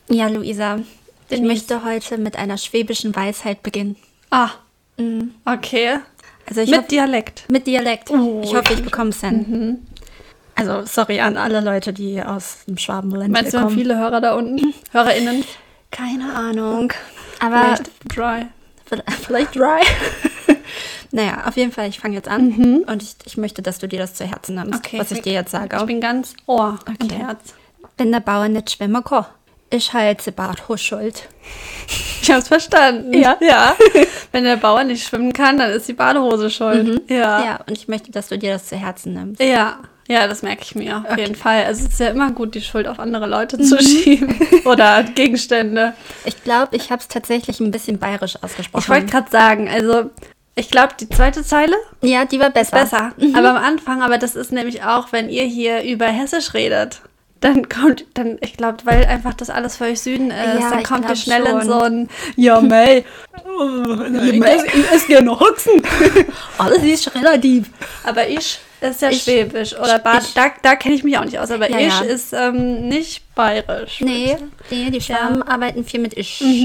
Ja, Luisa, ich möchte heute mit einer schwäbischen Weisheit beginnen. Ah, okay. Also Mit Dialekt. Mit Dialekt. Oh, ich hoffe, ich bekomme es hin. Also, sorry an alle Leute, die aus dem Schwabenland Meinst du, haben kommen. viele Hörer da unten? HörerInnen? Keine Ahnung. Aber Vielleicht dry. vielleicht dry. Naja, auf jeden Fall, ich fange jetzt an. Und ich möchte, dass du dir das zu Herzen nimmst, Okay, was ich dir jetzt sage. Ich bin ganz Ohr und Okay. Herz. Wenn der Bauer nicht schwimmen kann, ist halt die Badhose schuld. Ich hab's verstanden. Ja. Wenn der Bauer nicht schwimmen kann, dann ist die Badehose schuld. Ja, und ich möchte, dass du dir das zu Herzen nimmst. Ja, das merke ich mir auf jeden Fall. Also es ist ja immer gut, die Schuld auf andere Leute zu schieben oder Gegenstände. Ich glaube, ich habe es tatsächlich ein bisschen bayerisch ausgesprochen. Ich wollte gerade sagen, also ich glaube, die zweite Zeile Ja, die war besser. besser. Aber am Anfang, aber das ist nämlich auch, wenn ihr hier über Hessisch redet, dann kommt, ich glaube, weil einfach das alles für euch Süden ist, Ja, dann ich kommt ihr glaub schnell in schon. so ein, ja, Mei, ich esse gerne Haxen. Alles ist relativ. Aber ich ist ja Ich- Schwäbisch oder da kenne ich mich auch nicht aus, aber Ja, ich ja. ist nicht bayerisch. Nee, die Schwaben arbeiten viel mit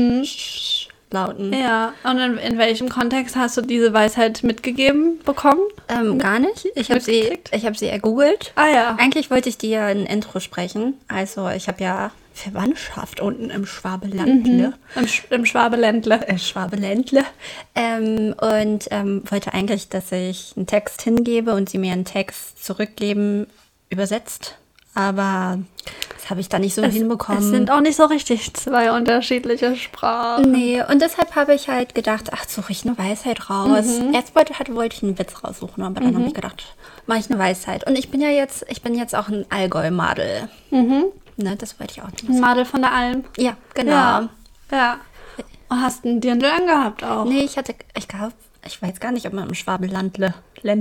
Lauten. Ja, und in welchem Kontext hast du diese Weisheit mitgegeben bekommen? Gar nicht. Ich habe sie ergoogelt. Ah ja. Eigentlich wollte ich dir ein Intro sprechen. Also ich habe ja Verwandtschaft unten im Schwabeländle. Im Schwabeländle. Schwabeländle. Und wollte eigentlich, dass ich einen Text hingebe und sie mir einen Text zurückgeben, übersetzt. Aber das habe ich da nicht so hinbekommen. Es sind auch nicht so richtig zwei unterschiedliche Sprachen. Nee, und deshalb habe ich halt gedacht, ach, suche ich eine Weisheit raus. Erst wollte ich einen Witz raussuchen, aber dann habe ich gedacht, mache ich eine Weisheit. Und ich bin jetzt auch ein Allgäu-Madel. Ne, das wollte ich auch nicht. Ein Madel von der Alm. Ja, genau. Ja. Und hast einen Dirndl angehabt auch. Nee, ich weiß gar nicht, ob man im Schwabenlandle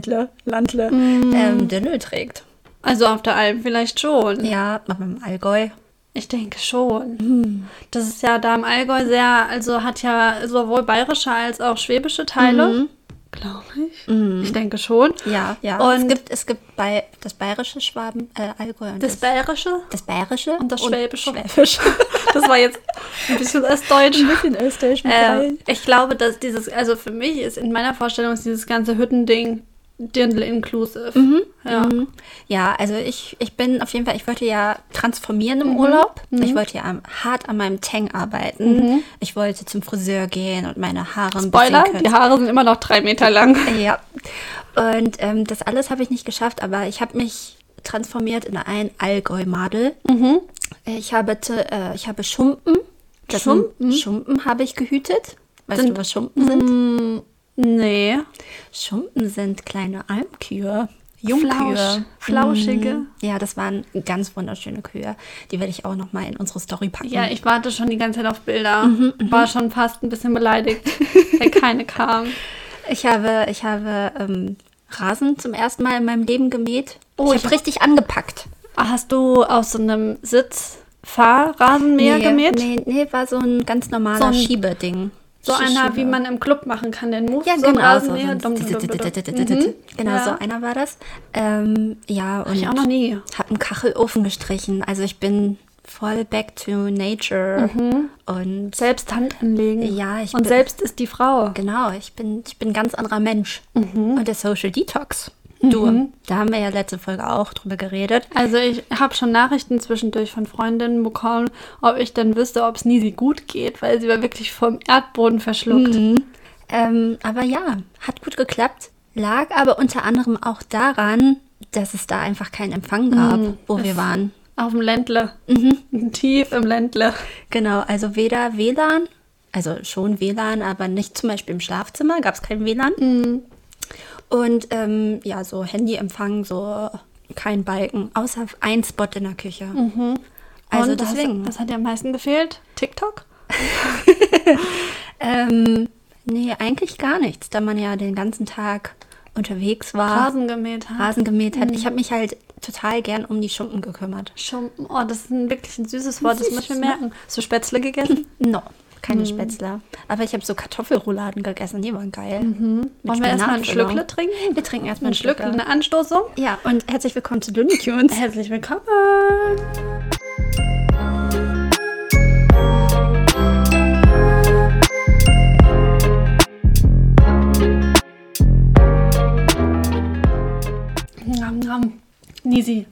Dirndl trägt. Also auf der Alm vielleicht schon. Ja, aber im Allgäu. Ich denke schon. Das ist ja da im Allgäu hat ja sowohl bayerische als auch schwäbische Teile. Glaube ich. Ich denke schon. Ja. Und es gibt das bayerische Allgäu und das bayerische das bayerische und das schwäbische. Schwäbisch. Das war jetzt ein bisschen Östdeutsch. bisschen österreichisch mit rein. Ich glaube, dass also für mich ist in meiner Vorstellung ist dieses ganze Hüttending Dirndl inclusive. Ja. Ja, also ich bin auf jeden Fall, ich wollte ja transformieren im Urlaub. Ich wollte ja hart an meinem Tang arbeiten. Ich wollte zum Friseur gehen und meine Haare ein Spoiler, bisschen die Haare sind immer noch 3 Meter lang. Ja. Und das alles habe ich nicht geschafft, aber ich habe mich transformiert in ein Allgäu-Madel. Ich habe Schumpen. Schumpen habe ich gehütet. Weißt du, was Schumpen sind? Nee. Schumpen sind kleine Almkühe. Jungkühe. Flauschige. Ja, das waren ganz wunderschöne Kühe. Die werde ich auch noch mal in unsere Story packen. Ja, ich warte schon die ganze Zeit auf Bilder. War schon fast ein bisschen beleidigt, weil keine kam. Ich habe Rasen zum ersten Mal in meinem Leben gemäht. Oh, ich habe richtig angepackt. Hast du aus so einem Fahrrasenmäher gemäht? Nee, war so ein ganz normaler Schiebeding. So einer, wie man im Club machen kann, den Move. Ja, so ein genau. Rasenmäher. Genau, so einer war das. Ja, und Ich auch noch nie. habe einen Kachelofen gestrichen. Also ich bin voll back to nature. Und Selbst Hand anlegen. ja, Und selbst ist die Frau. genau, ich bin ein ganz anderer Mensch. Und der Social Detox. Du, da haben wir ja letzte Folge auch drüber geredet. Also ich habe schon Nachrichten zwischendurch von Freundinnen bekommen, ob ich dann wüsste, ob es Nisi gut geht, weil sie war wirklich vom Erdboden verschluckt. Aber ja, hat gut geklappt. Lag aber unter anderem auch daran, dass es da einfach keinen Empfang gab, wo wir waren. Auf dem Ländle. Tief im Ländle. Genau, also weder WLAN, also schon WLAN, aber nicht zum Beispiel im Schlafzimmer, gab es kein WLAN. Und ja, so Handyempfang, so kein Balken, außer ein Spot in der Küche. Also Und deswegen. was hat dir am meisten gefehlt? TikTok? Nee, eigentlich gar nichts, da man ja den ganzen Tag unterwegs war. Rasen gemäht hat. Rasen gemäht hat. Ich habe mich halt total gern um die Schumpen gekümmert. Schumpen. Oh, das ist wirklich ein süßes Wort, das muss ich mir merken. Hast du Spätzle gegessen? No, keine Spätzle. Aber ich habe so Kartoffelrouladen gegessen, die waren geil. Wollen wir erstmal ein Spinatfüllung. Schlückle trinken? Wir trinken erstmal Ein Schlückle, Schlückle. eine Anstoßung. Ja, und herzlich willkommen zu Looney Tunes. Herzlich willkommen.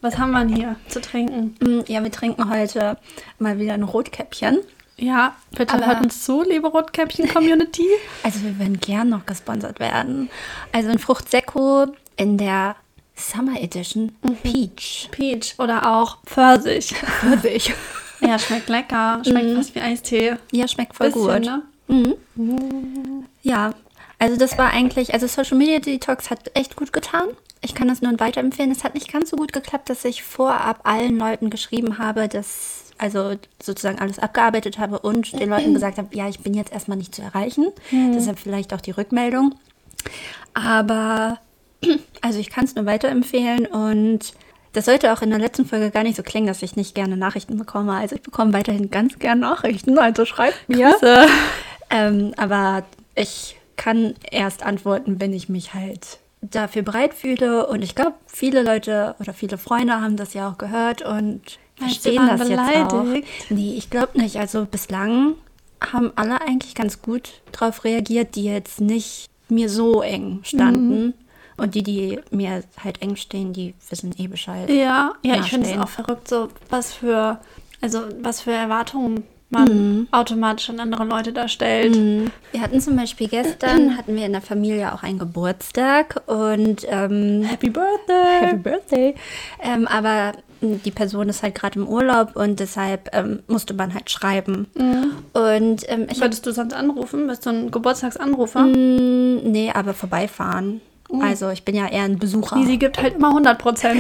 was haben wir denn hier zu trinken? Ja, wir trinken heute mal wieder ein Rotkäppchen. Ja, bitte hört uns zu, liebe Rotkäppchen-Community. Also wir würden gern noch gesponsert werden. Also ein Fruchtsekko in der Summer Edition Peach. Peach oder auch Pfirsich. Pfirsich. Ja, schmeckt lecker. Schmeckt fast wie Eistee. Ja, schmeckt voll Bisschen, gut. Ne? Ja, also das war eigentlich, also Social Media Detox hat echt gut getan. Ich kann das nur weiterempfehlen. Es hat nicht ganz so gut geklappt, dass ich vorab allen Leuten geschrieben habe, dass, also sozusagen alles abgearbeitet habe und den Leuten gesagt habe, ja, ich bin jetzt erstmal nicht zu erreichen. Deshalb vielleicht auch die Rückmeldung. Aber, also ich kann es nur weiterempfehlen und das sollte auch in der letzten Folge gar nicht so klingen, dass ich nicht gerne Nachrichten bekomme. Also ich bekomme weiterhin ganz gerne Nachrichten, also schreibt mir. Aber ich kann erst antworten, wenn ich mich halt dafür bereit fühle. Und ich glaube, viele Leute oder viele Freunde haben das ja auch gehört und verstehen das jetzt auch. Nee, ich glaube nicht. Also bislang haben alle eigentlich ganz gut drauf reagiert, die jetzt nicht mir so eng standen. Und die mir halt eng stehen, die wissen eh Bescheid. Ja, ich finde es auch verrückt, so was für Erwartungen man automatisch an andere Leute da stellt. Wir hatten zum Beispiel gestern, hatten wir in der Familie auch einen Geburtstag und Happy Birthday! Happy Birthday! Aber die Person ist halt gerade im Urlaub und deshalb musste man halt schreiben. Und Würdest du sonst anrufen? Bist du ein Geburtstagsanrufer? Nee, aber vorbeifahren. Also ich bin ja eher ein Besucher. Sie gibt halt immer 100%.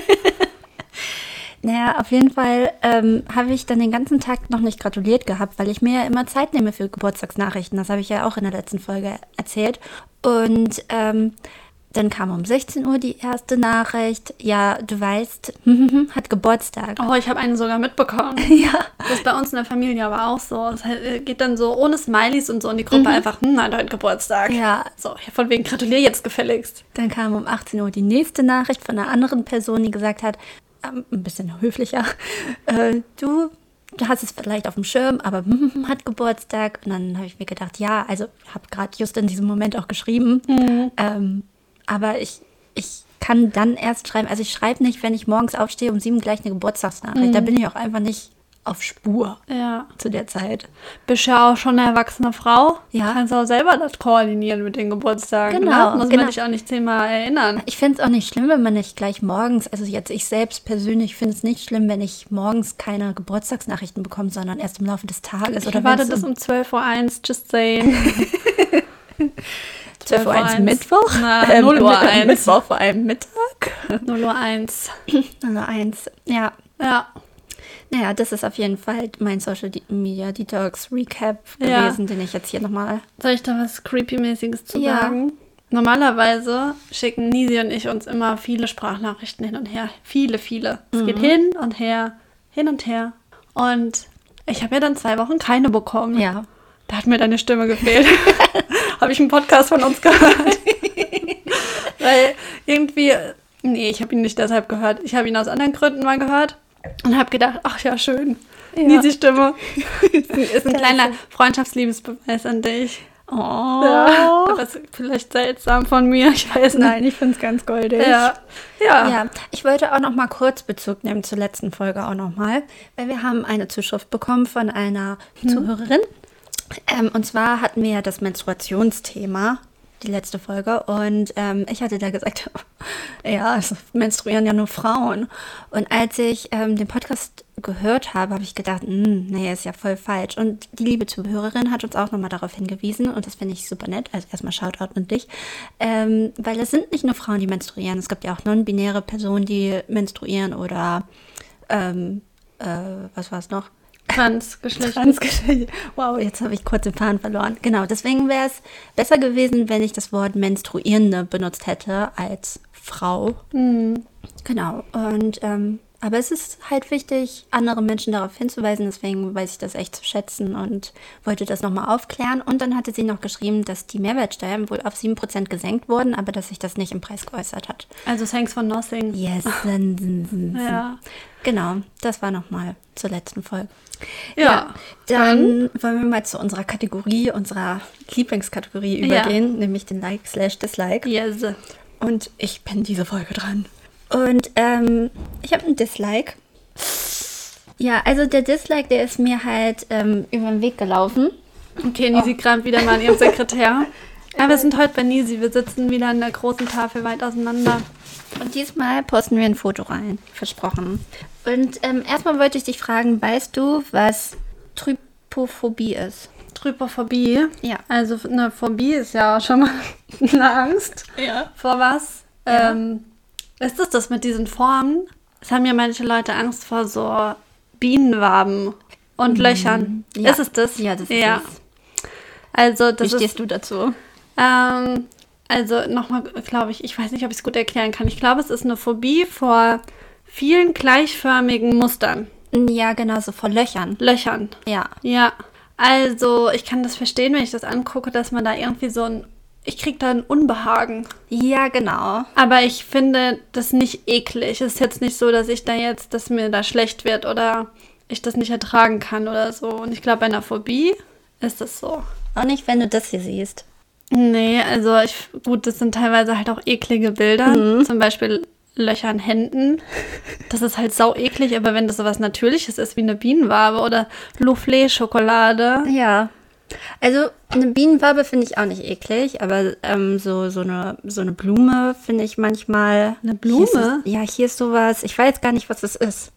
Naja, auf jeden Fall habe ich dann den ganzen Tag noch nicht gratuliert gehabt, weil ich mir ja immer Zeit nehme für Geburtstagsnachrichten. Das habe ich ja auch in der letzten Folge erzählt. Und dann kam um 16 Uhr die erste Nachricht. Ja, du weißt, hat Geburtstag. Oh, ich habe einen sogar mitbekommen. Ja. Das ist bei uns in der Familie aber auch so. Es geht dann so ohne Smileys und so in die Gruppe einfach, hat heute Geburtstag. Ja. So, von wegen gratuliere jetzt gefälligst. Dann kam um 18 Uhr die nächste Nachricht von einer anderen Person, die gesagt hat, ein bisschen höflicher, du hast es vielleicht auf dem Schirm, aber hat Geburtstag. Und dann habe ich mir gedacht, ja, also habe gerade just in diesem Moment auch geschrieben. Aber ich kann dann erst schreiben, also ich schreibe nicht, wenn ich morgens aufstehe um 7 gleich eine Geburtstagsnachricht. Da bin ich auch einfach nicht auf Spur zu der Zeit. Bist ja auch schon eine erwachsene Frau. Ja. Kannst auch selber das koordinieren mit den Geburtstagen. Genau, Ne? Muss man dich auch nicht 10-mal erinnern. Ich finde es auch nicht schlimm, wenn man nicht gleich morgens, also jetzt ich selbst persönlich finde es nicht schlimm, wenn ich morgens keine Geburtstagsnachrichten bekomme, sondern erst im Laufe des Tages. Ich erwarte das um 12:01 Uhr, just saying. 12:01 Uhr Mittwoch? 0:01 Uhr. Mittwoch vor allem Mittag? 0:01 Uhr. 0:01 Uhr, ja. Ja. Naja, das ist auf jeden Fall mein Social Media Detox Recap gewesen, den ich jetzt hier nochmal... Soll ich da was Creepy-mäßiges zu sagen? Normalerweise schicken Nisi und ich uns immer viele Sprachnachrichten hin und her. Viele. Es geht hin und her. Und ich habe ja dann 2 Wochen keine bekommen. Ja. Da hat mir deine Stimme gefehlt. Habe ich einen Podcast von uns gehört. Weil irgendwie... Nee, ich habe ihn nicht deshalb gehört. Ich habe ihn aus anderen Gründen mal gehört. Und habe gedacht, ach ja, schön. Ja. Nisi Stimme. Ist ein kleiner Freundschaftsliebesbeweis an dich. Oh. Ja, aber ist vielleicht seltsam von mir. Ich weiß nicht. Nein, ich finde es ganz goldig. Ja. Ich wollte auch noch mal kurz Bezug nehmen zur letzten Folge auch noch mal, weil wir haben eine Zuschrift bekommen von einer Zuhörerin. Und zwar hatten wir ja das Menstruationsthema, die letzte Folge. Und ich hatte da gesagt, ja, es menstruieren ja nur Frauen. Und als ich den Podcast gehört habe, habe ich gedacht, nee, ist ja voll falsch. Und die liebe Zuhörerin hat uns auch nochmal darauf hingewiesen. Und das finde ich super nett. Also erstmal Shoutout an dich. Weil es sind nicht nur Frauen, die menstruieren. Es gibt ja auch non-binäre Personen, die menstruieren oder was war es noch? Transgeschlechtlich. Wow, jetzt habe ich kurz den Faden verloren. Genau, deswegen wäre es besser gewesen, wenn ich das Wort Menstruierende benutzt hätte als Frau. Genau, und aber es ist halt wichtig, andere Menschen darauf hinzuweisen, deswegen weiß ich das echt zu schätzen und wollte das nochmal aufklären. Und dann hatte sie noch geschrieben, dass die Mehrwertsteuern wohl auf 7% gesenkt wurden, aber dass sich das nicht im Preis geäußert hat. Also thanks for nothing. Yes. Ja. Genau, das war nochmal zur letzten Folge. Ja, dann wollen wir mal zu unserer Kategorie, unserer Lieblingskategorie übergehen, nämlich den Like/Dislike. Yes. Und ich bin diese Folge dran. Und ich habe einen Dislike. Ja, also der Dislike, der ist mir halt über den Weg gelaufen. Okay, Nisi kramt wieder mal an ihrem Sekretär. Ja, wir sind heute bei Nisi. Wir sitzen wieder an der großen Tafel weit auseinander. Und diesmal posten wir ein Foto rein. Versprochen. Und erstmal wollte ich dich fragen, weißt du, was Trypophobie ist? Trypophobie? Ja. Also eine Phobie ist ja schon mal eine Angst. Ja. Vor was? Ja. Ist das mit diesen Formen? Es haben ja manche Leute Angst vor so Bienenwaben und Löchern. Ja. Ist es das? Ja, das ist ja. es. Also das Wie stehst du dazu? Also nochmal, glaube ich weiß nicht, ob ich es gut erklären kann. Ich glaube, es ist eine Phobie vor vielen gleichförmigen Mustern. Ja, genau, so vor Löchern. Löchern. Ja. Ja. Also ich kann das verstehen, wenn ich das angucke, dass man da irgendwie ich kriege da ein Unbehagen. Ja, genau. Aber ich finde das nicht eklig. Es ist jetzt nicht so, dass mir da schlecht wird oder ich das nicht ertragen kann oder so. Und ich glaube, bei einer Phobie ist das so. Auch nicht, wenn du das hier siehst. Nee, also gut, das sind teilweise halt auch eklige Bilder. Zum Beispiel Löcher an Händen. Das ist halt sau eklig, aber wenn das so was Natürliches ist, wie eine Bienenwabe oder Soufflé-Schokolade. Ja. Also eine Bienenwabe finde ich auch nicht eklig, aber so eine Blume finde ich manchmal... Eine Blume? Hier ist sowas, ich weiß gar nicht, was das ist.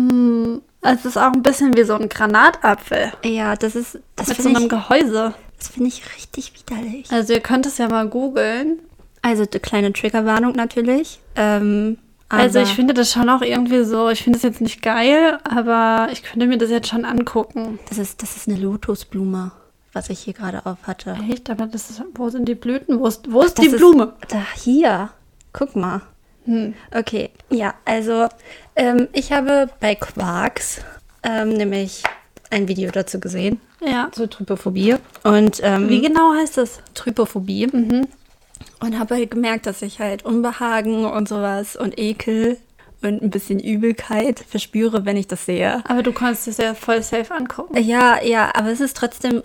Es ist auch ein bisschen wie so ein Granatapfel. Ja, das Mit so einem Gehäuse. Das finde ich richtig widerlich. Also ihr könnt es ja mal googeln. Also eine kleine Triggerwarnung natürlich. Also ich finde das schon auch irgendwie so, ich finde es jetzt nicht geil, aber ich könnte mir das jetzt schon angucken. Das ist eine Lotusblume, was ich hier gerade auf hatte. Echt? Aber wo sind die Blüten? Wo ist die Blume? Da, hier. Guck mal. Okay, ja, also ich habe bei Quarks nämlich ein Video dazu gesehen. Ja. Zur Trypophobie. Und Wie genau heißt das? Trypophobie. Und habe halt gemerkt, dass ich halt Unbehagen und sowas und Ekel und ein bisschen Übelkeit verspüre, wenn ich das sehe. Aber du kannst es ja voll safe angucken. Ja, aber es ist trotzdem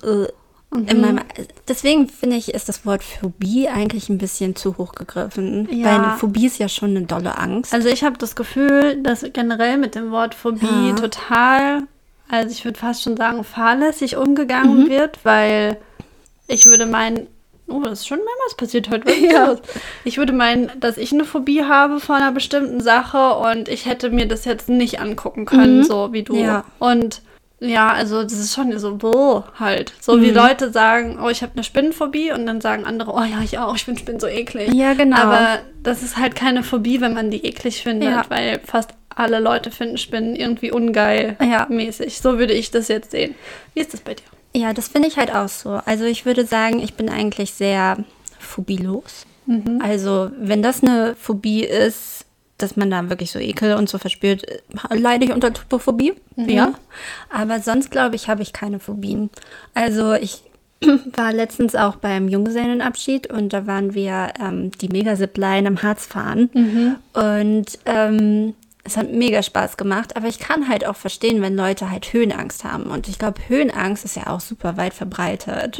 deswegen finde ich, ist das Wort Phobie eigentlich ein bisschen zu hoch gegriffen. Ja. Weil eine Phobie ist ja schon eine dolle Angst. Also ich habe das Gefühl, dass generell mit dem Wort Phobie total, also ich würde fast schon sagen, fahrlässig umgegangen wird, weil ich würde meinen, das ist schon mehrmals passiert heute. Was ist los? Ich würde meinen, dass ich eine Phobie habe vor einer bestimmten Sache und ich hätte mir das jetzt nicht angucken können, so wie du. Ja. Und ja, also das ist schon so, halt. So wie Leute sagen, oh, ich habe eine Spinnenphobie und dann sagen andere, oh ja, ich auch, ich finde Spinnen so eklig. Ja, genau. Aber das ist halt keine Phobie, wenn man die eklig findet, Ja. weil fast alle Leute finden Spinnen irgendwie ungeil mäßig. So würde ich das jetzt sehen. Wie ist das bei dir? Ja, das finde ich halt auch so. Also ich würde sagen, ich bin eigentlich sehr phobielos. Also wenn das eine Phobie ist, dass man da wirklich so Ekel und so verspürt, leide ich unter Trypophobie. Ja. Aber sonst, glaube ich, habe ich keine Phobien. Also ich war letztens auch beim Junggesellenabschied und da waren wir die Mega-Zipline am Harz fahren. Und es hat mega Spaß gemacht, aber ich kann halt auch verstehen, wenn Leute halt Höhenangst haben. Und ich glaube, Höhenangst ist ja auch super weit verbreitet.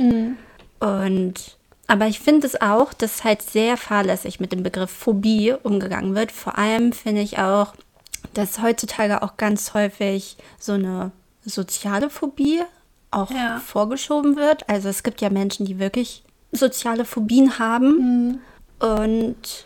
Aber ich finde es auch, dass halt sehr fahrlässig mit dem Begriff Phobie umgegangen wird. Vor allem finde ich auch, dass heutzutage auch ganz häufig so eine soziale Phobie auch vorgeschoben wird. Also es gibt ja Menschen, die wirklich soziale Phobien haben und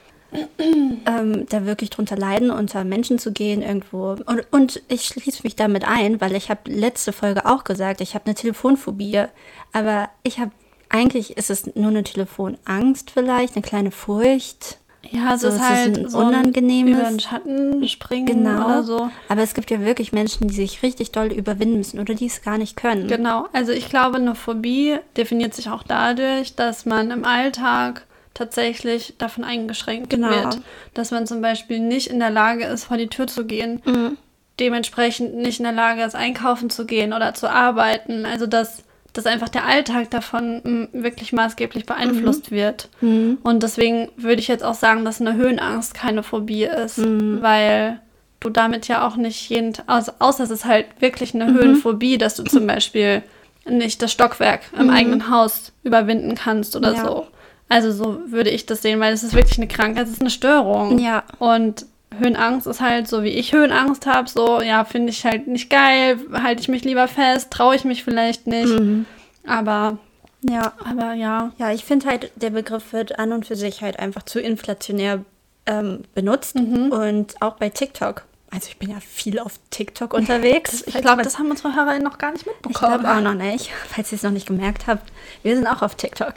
da wirklich drunter leiden, unter Menschen zu gehen irgendwo. Und ich schließe mich damit ein, weil ich habe letzte Folge auch gesagt, ich habe eine Telefonphobie, aber eigentlich ist es nur eine Telefonangst vielleicht, eine kleine Furcht. Ja, also So, es ist es halt ist ein so unangenehmes- über den Schatten springen Genau. oder so. Aber es gibt ja wirklich Menschen, die sich richtig doll überwinden müssen oder die es gar nicht können. Genau, also ich glaube, eine Phobie definiert sich auch dadurch, dass man im Alltag tatsächlich davon eingeschränkt wird. Dass man zum Beispiel nicht in der Lage ist, vor die Tür zu gehen, dementsprechend nicht in der Lage ist, einkaufen zu gehen oder zu arbeiten. Also dass einfach der Alltag davon wirklich maßgeblich beeinflusst wird. Und deswegen würde ich jetzt auch sagen, dass eine Höhenangst keine Phobie ist, weil du damit ja auch nicht außer es ist halt wirklich eine Höhenphobie, dass du zum Beispiel nicht das Stockwerk im eigenen Haus überwinden kannst oder so. Also so würde ich das sehen, weil es ist wirklich eine Krankheit, es ist eine Störung. Ja. Und Höhenangst ist halt so, wie ich Höhenangst habe. So, ja, finde ich halt nicht geil, halte ich mich lieber fest, traue ich mich vielleicht nicht. Aber ja. Ja, ich finde halt, der Begriff wird an und für sich halt einfach zu inflationär benutzt. Und auch bei TikTok. Also ich bin ja viel auf TikTok unterwegs. Ich glaube, das haben unsere HörerInnen noch gar nicht mitbekommen. Ich glaube auch noch nicht, falls ihr es noch nicht gemerkt habt. Wir sind auch auf TikTok.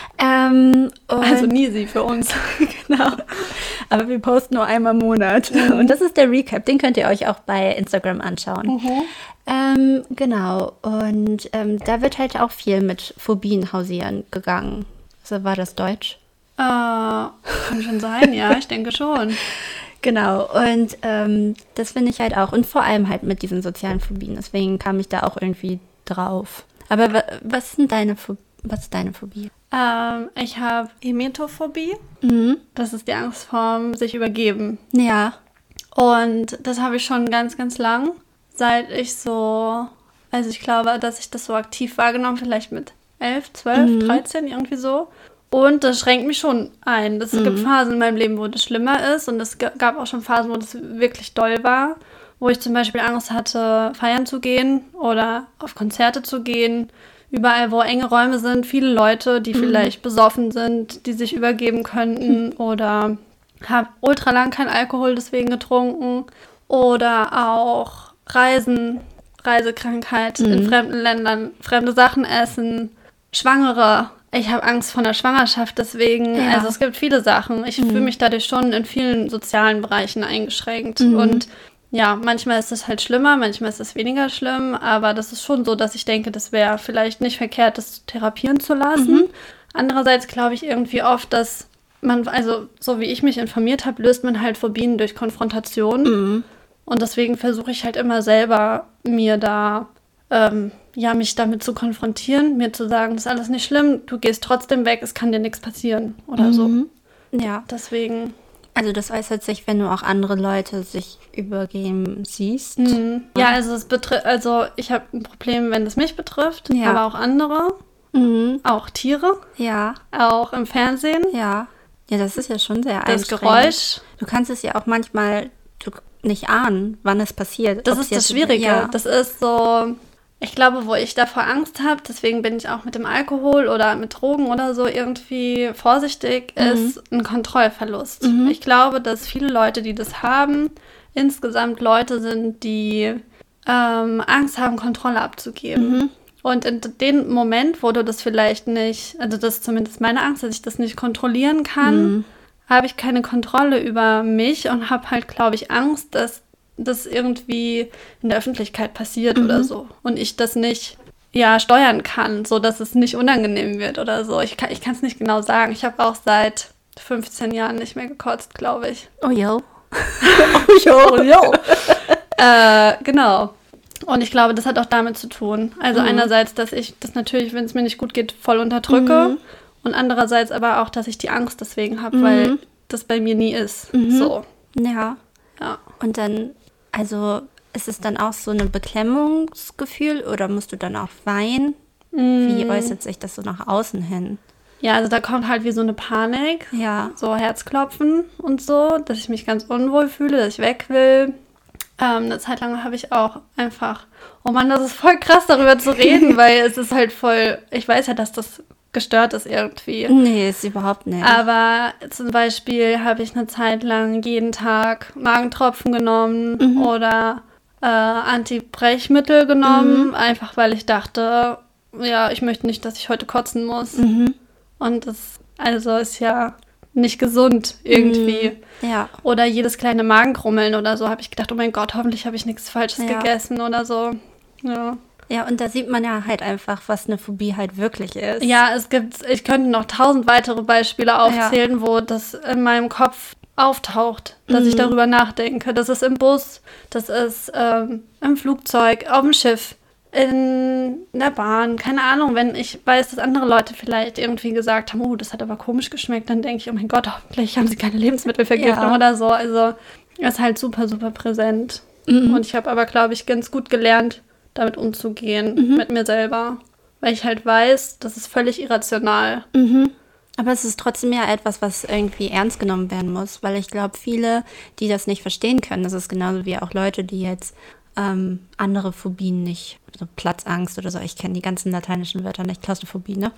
Also Nisi für uns. Genau. Aber wir posten nur einmal im Monat. Und das ist der Recap. Den könnt ihr euch auch bei Instagram anschauen. Genau. Und da wird halt auch viel mit Phobien hausieren gegangen. So war das Deutsch? Kann schon sein, ja, ich denke schon. Genau, und das finde ich halt auch. Und vor allem halt mit diesen sozialen Phobien. Deswegen kam ich da auch irgendwie drauf. Aber was ist deine Phobie? Ich habe Emetophobie. Das ist die Angst vorm sich übergeben. Ja. Und das habe ich schon ganz, ganz lang. Seit ich also ich glaube, dass ich das so aktiv wahrgenommen, vielleicht mit 11, 12, 13, irgendwie so. Und das schränkt mich schon ein. Es gibt Phasen in meinem Leben, wo das schlimmer ist. Und es gab auch schon Phasen, wo das wirklich doll war. Wo ich zum Beispiel Angst hatte, feiern zu gehen oder auf Konzerte zu gehen. Überall, wo enge Räume sind, viele Leute, die vielleicht besoffen sind, die sich übergeben könnten. Oder habe ultra lang kein Alkohol deswegen getrunken. Oder auch Reisen, Reisekrankheit in fremden Ländern, fremde Sachen essen, Schwangere. Ich habe Angst vor einer Schwangerschaft, deswegen, also es gibt viele Sachen. Ich fühle mich dadurch schon in vielen sozialen Bereichen eingeschränkt. Und ja, manchmal ist es halt schlimmer, manchmal ist es weniger schlimm, aber das ist schon so, dass ich denke, das wäre vielleicht nicht verkehrt, das therapieren zu lassen. Andererseits glaube ich irgendwie oft, dass man, also so wie ich mich informiert habe, löst man halt Phobien durch Konfrontation. Und deswegen versuche ich halt immer selber mir da mich damit zu konfrontieren, mir zu sagen, das ist alles nicht schlimm, du gehst trotzdem weg, es kann dir nichts passieren oder so. Ja. Deswegen. Also das äußert sich, wenn du auch andere Leute sich übergeben siehst. Ja, also ich habe ein Problem, wenn es mich betrifft, aber auch andere, auch Tiere, auch im Fernsehen. Ja, das ist ja schon sehr das Geräusch. Du kannst es ja auch manchmal nicht ahnen, wann es passiert. Das ist das Schwierige. Ja. Das ist so. Ich glaube, wo ich davor Angst habe, deswegen bin ich auch mit dem Alkohol oder mit Drogen oder so irgendwie vorsichtig, ist ein Kontrollverlust. Ich glaube, dass viele Leute, die das haben, insgesamt Leute sind, die Angst haben, Kontrolle abzugeben. Und in dem Moment, wo du das vielleicht nicht, also das ist zumindest meine Angst, dass ich das nicht kontrollieren kann, habe ich keine Kontrolle über mich und habe halt, glaube ich, Angst, dass das irgendwie in der Öffentlichkeit passiert oder so. Und ich das nicht steuern kann, so dass es nicht unangenehm wird oder so. Ich kann es nicht genau sagen. Ich habe auch seit 15 Jahren nicht mehr gekotzt, glaube ich. Oh jo. Genau. Und ich glaube, das hat auch damit zu tun. Also einerseits, dass ich das natürlich, wenn es mir nicht gut geht, voll unterdrücke. Und andererseits aber auch, dass ich die Angst deswegen habe, weil das bei mir nie ist. So. Ja. Und dann, also ist es dann auch so ein Beklemmungsgefühl oder musst du dann auch weinen? Wie äußert sich das so nach außen hin? Ja, also da kommt halt wie so eine Panik. Ja. So Herzklopfen und so, dass ich mich ganz unwohl fühle, dass ich weg will. Eine Zeit lang habe ich auch einfach, oh Mann, das ist voll krass, darüber zu reden, weil es ist halt voll, ich weiß ja, dass das gestört ist irgendwie. Nee, ist überhaupt nicht. Aber zum Beispiel habe ich eine Zeit lang jeden Tag Magentropfen genommen oder Antibrechmittel genommen, einfach weil ich dachte, ja, ich möchte nicht, dass ich heute kotzen muss. Und das ist ja nicht gesund irgendwie. Ja. Oder jedes kleine Magenkrummeln oder so, habe ich gedacht, oh mein Gott, hoffentlich habe ich nichts Falsches gegessen oder so. Ja. Ja, und da sieht man ja halt einfach, was eine Phobie halt wirklich ist. Ja, ich könnte noch 1000 weitere Beispiele aufzählen, wo das in meinem Kopf auftaucht, dass ich darüber nachdenke. Das ist im Bus, das ist im Flugzeug, auf dem Schiff, in der Bahn, keine Ahnung. Wenn ich weiß, dass andere Leute vielleicht irgendwie gesagt haben, oh, das hat aber komisch geschmeckt, dann denke ich, oh mein Gott, hoffentlich haben sie keine Lebensmittelvergiftung oder so. Also ist halt super, super präsent. Und ich habe aber, glaube ich, ganz gut gelernt, damit umzugehen, mit mir selber. Weil ich halt weiß, das ist völlig irrational. Aber es ist trotzdem ja etwas, was irgendwie ernst genommen werden muss, weil ich glaube, viele, die das nicht verstehen können, das ist genauso wie auch Leute, die jetzt andere Phobien nicht, so Platzangst oder so, ich kenne die ganzen lateinischen Wörter nicht, Klaustrophobie, ne?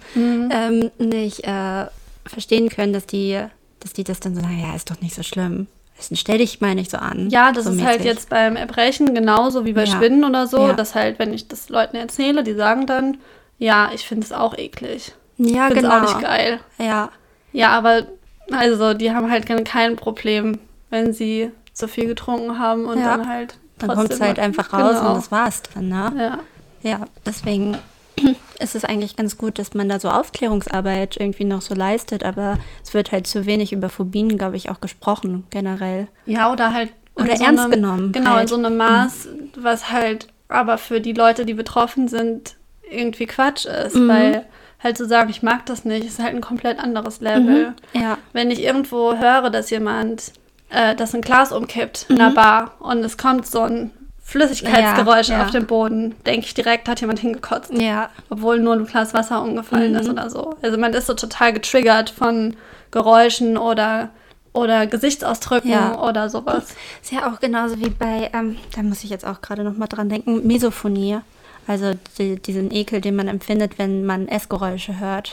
Nicht verstehen können, dass die das dann so sagen, ja, ist doch nicht so schlimm. Stell dich mal nicht so an. Ja, das so ist mäßig. halt jetzt beim Erbrechen genauso wie bei Spinnen oder so, dass halt, wenn ich das Leuten erzähle, die sagen dann, ja, ich finde es auch eklig. Ja, ich finde genau. es auch nicht geil. Ja. Ja, aber also die haben halt kein Problem, wenn sie so viel getrunken haben und dann halt dann kommt es halt einfach raus und das war's dann, ne? Ja, deswegen ist es eigentlich ganz gut, dass man da so Aufklärungsarbeit irgendwie noch so leistet, aber es wird halt zu wenig über Phobien, glaube ich, auch gesprochen, generell. Ja, oder halt oder so ernst genommen. Genau, halt. in so einem Maß, was halt aber für die Leute, die betroffen sind, irgendwie Quatsch ist, weil halt zu sagen, ich mag das nicht, ist halt ein komplett anderes Level. Ja. Wenn ich irgendwo höre, dass jemand das ein Glas umkippt in einer Bar und es kommt so ein Flüssigkeitsgeräusch auf dem Boden, denke ich direkt, hat jemand hingekotzt. Ja. Obwohl nur ein Glas Wasser umgefallen ist oder so. Also man ist so total getriggert von Geräuschen oder Gesichtsausdrücken oder sowas. Ist ja auch genauso wie bei, da muss ich jetzt auch gerade noch mal dran denken, Misophonie. Also diesen Ekel, den man empfindet, wenn man Essgeräusche hört.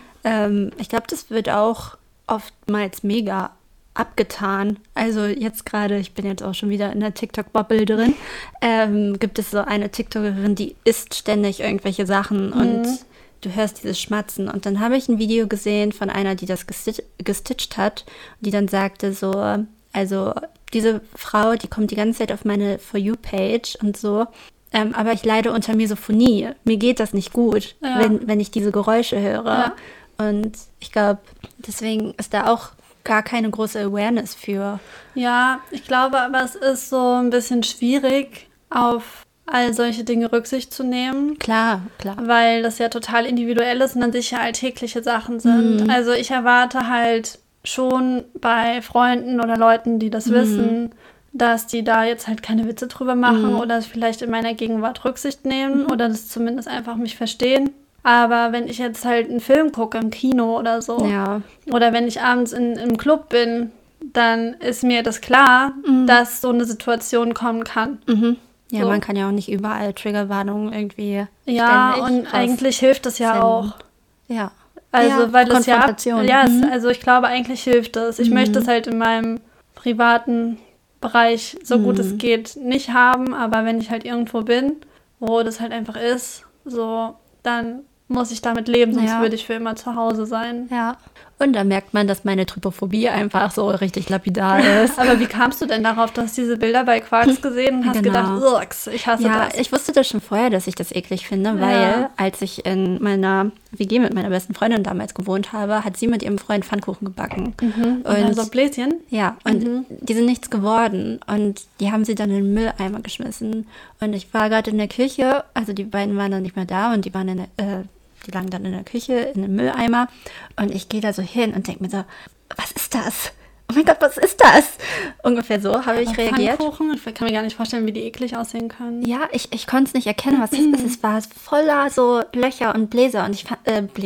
Ich glaube, das wird auch oftmals mega abgetan. Also jetzt gerade, ich bin jetzt auch schon wieder in der TikTok-Bubble drin, gibt es so eine TikTokerin, die isst ständig irgendwelche Sachen und du hörst dieses Schmatzen. Und dann habe ich ein Video gesehen von einer, die das gestitcht hat, die dann sagte so, also diese Frau, die kommt die ganze Zeit auf meine For You-Page und so, aber ich leide unter Misophonie. Mir geht das nicht gut, wenn ich diese Geräusche höre. Ja. Und ich glaube, deswegen ist da auch gar keine große Awareness für. Ja, ich glaube aber, es ist so ein bisschen schwierig, auf all solche Dinge Rücksicht zu nehmen. Klar. Weil das ja total individuell ist und dann sicher alltägliche Sachen sind. Also ich erwarte halt schon bei Freunden oder Leuten, die das wissen, dass die da jetzt halt keine Witze drüber machen oder vielleicht in meiner Gegenwart Rücksicht nehmen oder das zumindest einfach mich verstehen. Aber wenn ich jetzt halt einen Film gucke im Kino oder so oder wenn ich abends im Club bin, dann ist mir das klar, dass so eine Situation kommen kann. Ja, man kann ja auch nicht überall Triggerwarnungen irgendwie und eigentlich hilft das ja auch. Ja. Also, weil das Konfrontation. also ich glaube, eigentlich hilft das. Ich möchte es halt in meinem privaten Bereich, so gut es geht, nicht haben, aber wenn ich halt irgendwo bin, wo das halt einfach ist, so, dann muss ich damit leben, sonst würde ich für immer zu Hause sein. Ja. Und da merkt man, dass meine Trypophobie einfach so richtig lapidar ist. Aber wie kamst du denn darauf? Du hast diese Bilder bei Quarks gesehen und hast gedacht, ich hasse das. Ich wusste das schon vorher, dass ich das eklig finde, weil als ich in meiner WG mit meiner besten Freundin damals gewohnt habe, hat sie mit ihrem Freund Pfannkuchen gebacken. Und so Bläschen? Ja, und die sind nichts geworden. Und die haben sie dann in den Mülleimer geschmissen. Und ich war gerade in der Küche, also die beiden waren dann nicht mehr da und die lagen dann in der Küche, in einem Mülleimer. Und ich gehe da so hin und denke mir so, was ist das? Oh mein Gott, was ist das? Ungefähr so habe ich reagiert. Pfannkuchen? Ich kann mir gar nicht vorstellen, wie die eklig aussehen können. Ja, ich konnte es nicht erkennen, was das ist. Es war voller so Löcher und Bläser und ich fand,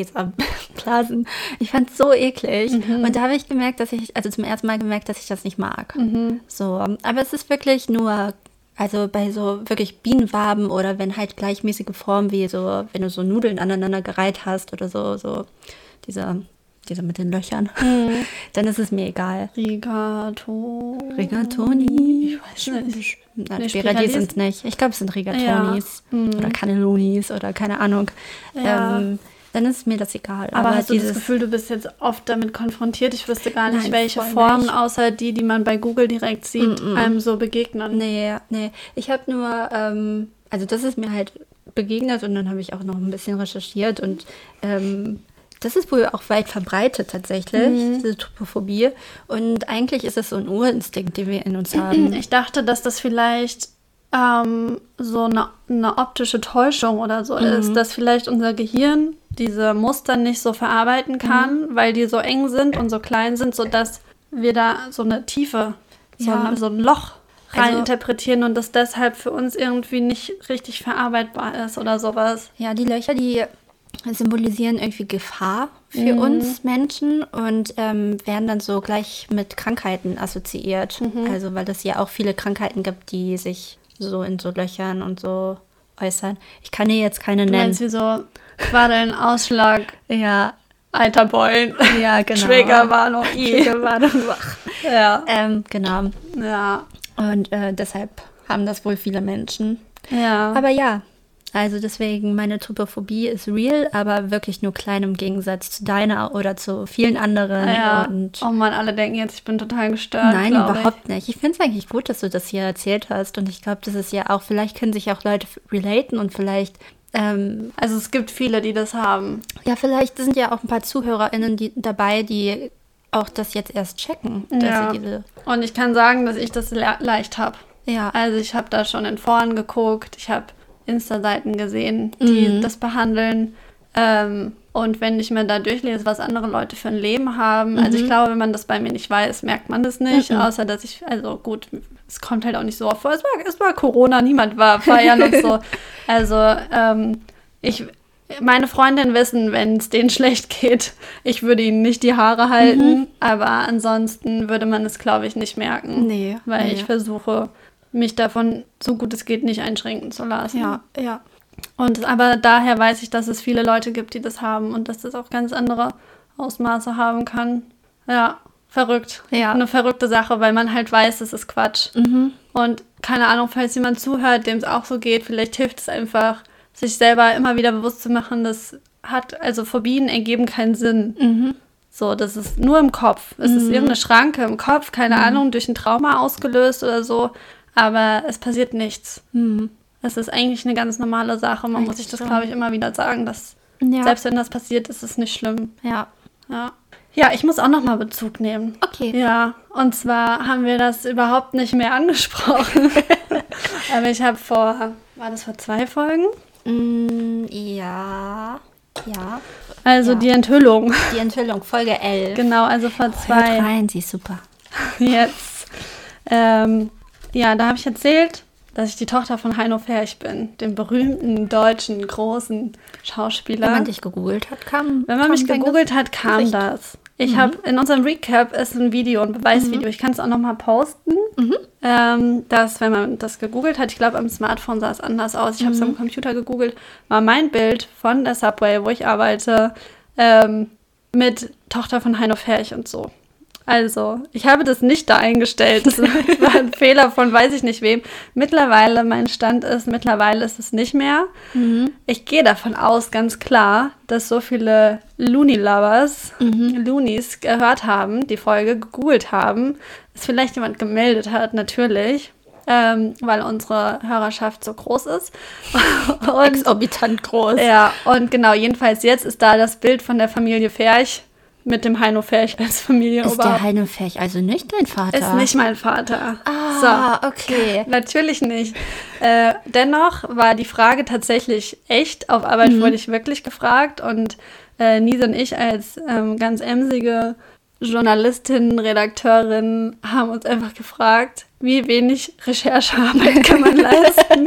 Blasen. Ich fand es so eklig. Und da habe ich gemerkt, zum ersten Mal gemerkt, dass ich das nicht mag. So, aber es ist wirklich nur, also bei so wirklich Bienenwaben oder wenn halt gleichmäßige Formen wie so, wenn du so Nudeln aneinander gereiht hast oder so diese mit den Löchern, dann ist es mir egal. Rigatoni? Ich weiß nicht. Nein, Spirelli sind es nicht. Ich glaube, es sind Rigatonis oder Cannellonis oder keine Ahnung. Ja. Dann ist mir das egal. Aber hast du das Gefühl, du bist jetzt oft damit konfrontiert? Ich wüsste gar nicht, welche Formen, außer die man bei Google direkt sieht, einem so begegnen. Nee. Ich habe nur, also das ist mir halt begegnet und dann habe ich auch noch ein bisschen recherchiert und das ist wohl auch weit verbreitet tatsächlich, diese Trypophobie. Und eigentlich ist es so ein Urinstinkt, den wir in uns haben. Ich dachte, dass das vielleicht so eine optische Täuschung oder so ist, dass vielleicht unser Gehirn diese Muster nicht so verarbeiten kann, weil die so eng sind und so klein sind, sodass wir da so eine Tiefe, so ein Loch rein interpretieren und das deshalb für uns irgendwie nicht richtig verarbeitbar ist oder sowas. Ja, die Löcher, die symbolisieren irgendwie Gefahr für uns Menschen und werden dann so gleich mit Krankheiten assoziiert. Also weil es ja auch viele Krankheiten gibt, die sich so in so Löchern und so äußern. Ich kann hier jetzt keine nennen. Meinst du so Quaddeln, Ausschlag, Ja, Eiterbeulen, ja, genau. Triggerwarnung, Triggerwarnung. ja. Genau. Ja. Und deshalb haben das wohl viele Menschen. Ja. Aber ja, also deswegen, meine Trypophobie ist real, aber wirklich nur klein im Gegensatz zu deiner oder zu vielen anderen. Ja. Und Oh Mann, alle denken jetzt, ich bin total gestört. nein, glaub überhaupt nicht. Ich finde es eigentlich gut, dass du das hier erzählt hast. Und ich glaube, das ist ja auch, vielleicht können sich auch Leute relaten und vielleicht, Also es gibt viele, die das haben. ja, vielleicht sind ja auch ein paar ZuhörerInnen dabei, die auch das jetzt erst checken. Dass Ja. sie diese, Und ich kann sagen, dass ich das leicht habe. ja, Also ich habe da schon in Foren geguckt, ich habe Insta-Seiten gesehen, die das behandeln. Und wenn ich mir da durchlese, was andere Leute für ein Leben haben, also ich glaube, wenn man das bei mir nicht weiß, merkt man das nicht, außer dass ich, also gut, es kommt halt auch nicht so oft vor. Es war Corona, niemand war feiern und so. Also meine Freundinnen wissen, wenn es denen schlecht geht, ich würde ihnen nicht die Haare halten, aber ansonsten würde man es, glaube ich, nicht merken. Nee. Weil Nee. ich versuche, mich davon, so gut es geht, nicht einschränken zu lassen. ja, ja. Aber daher weiß ich, dass es viele Leute gibt, die das haben und dass das auch ganz andere Ausmaße haben kann. Ja, verrückt. Ja. Eine verrückte Sache, weil man halt weiß, es ist Quatsch. Und keine Ahnung, falls jemand zuhört, dem es auch so geht, vielleicht hilft es einfach, sich selber immer wieder bewusst zu machen, also Phobien ergeben keinen Sinn. So, das ist nur im Kopf. Es ist irgendeine Schranke im Kopf, keine Ahnung, durch ein Trauma ausgelöst oder so, aber es passiert nichts. Es ist eigentlich eine ganz normale Sache. Man muss sich das, glaube ich, immer wieder sagen, dass Ja. selbst wenn das passiert, ist es nicht schlimm. Ja. Ja, ich muss auch noch mal Bezug nehmen. Okay. Ja, und zwar haben wir das überhaupt nicht mehr angesprochen. Aber ich habe war das vor 2 Folgen? Ja. Ja. Also Ja. die Enthüllung. Die Enthüllung, Folge 11. Genau, also vor Hört 2. rein, sie ist super. Jetzt. Ja, da habe ich erzählt, dass ich die Tochter von Heino Ferch bin, dem berühmten deutschen großen Schauspieler. Wenn man dich gegoogelt hat, kam. Wenn man mich kam gegoogelt hat, kam Gesicht. das. Ich habe in unserem Recap ist ein Video, ein Beweisvideo. Ich kann es auch noch mal posten. Dass, wenn man das gegoogelt hat, ich glaube, am Smartphone sah es anders aus. Ich habe es am Computer gegoogelt, war mein Bild von der Subway, wo ich arbeite, mit Tochter von Heino Ferch und so. Also, ich habe das nicht da eingestellt. Das war ein Fehler von weiß ich nicht wem. Mein Stand ist, mittlerweile ist es nicht mehr. Ich gehe davon aus, ganz klar, dass so viele Looney-Lovers, Loonies gehört haben, die Folge gegoogelt haben, dass vielleicht jemand gemeldet hat, natürlich, weil unsere Hörerschaft so groß ist. Und, Exorbitant groß. ja, und genau, jedenfalls jetzt ist da das Bild von der Familie Ferch mit dem Heino Ferch als Familienoberhaupt. Ist der Heino Ferch also nicht dein Vater? Ist nicht mein Vater. Okay. Natürlich nicht. Dennoch war die Frage tatsächlich echt. Auf Arbeit wurde ich wirklich gefragt. Und Nise und ich als ganz emsige Journalistin, Redakteurin haben uns einfach gefragt, wie wenig Recherchearbeit kann man leisten,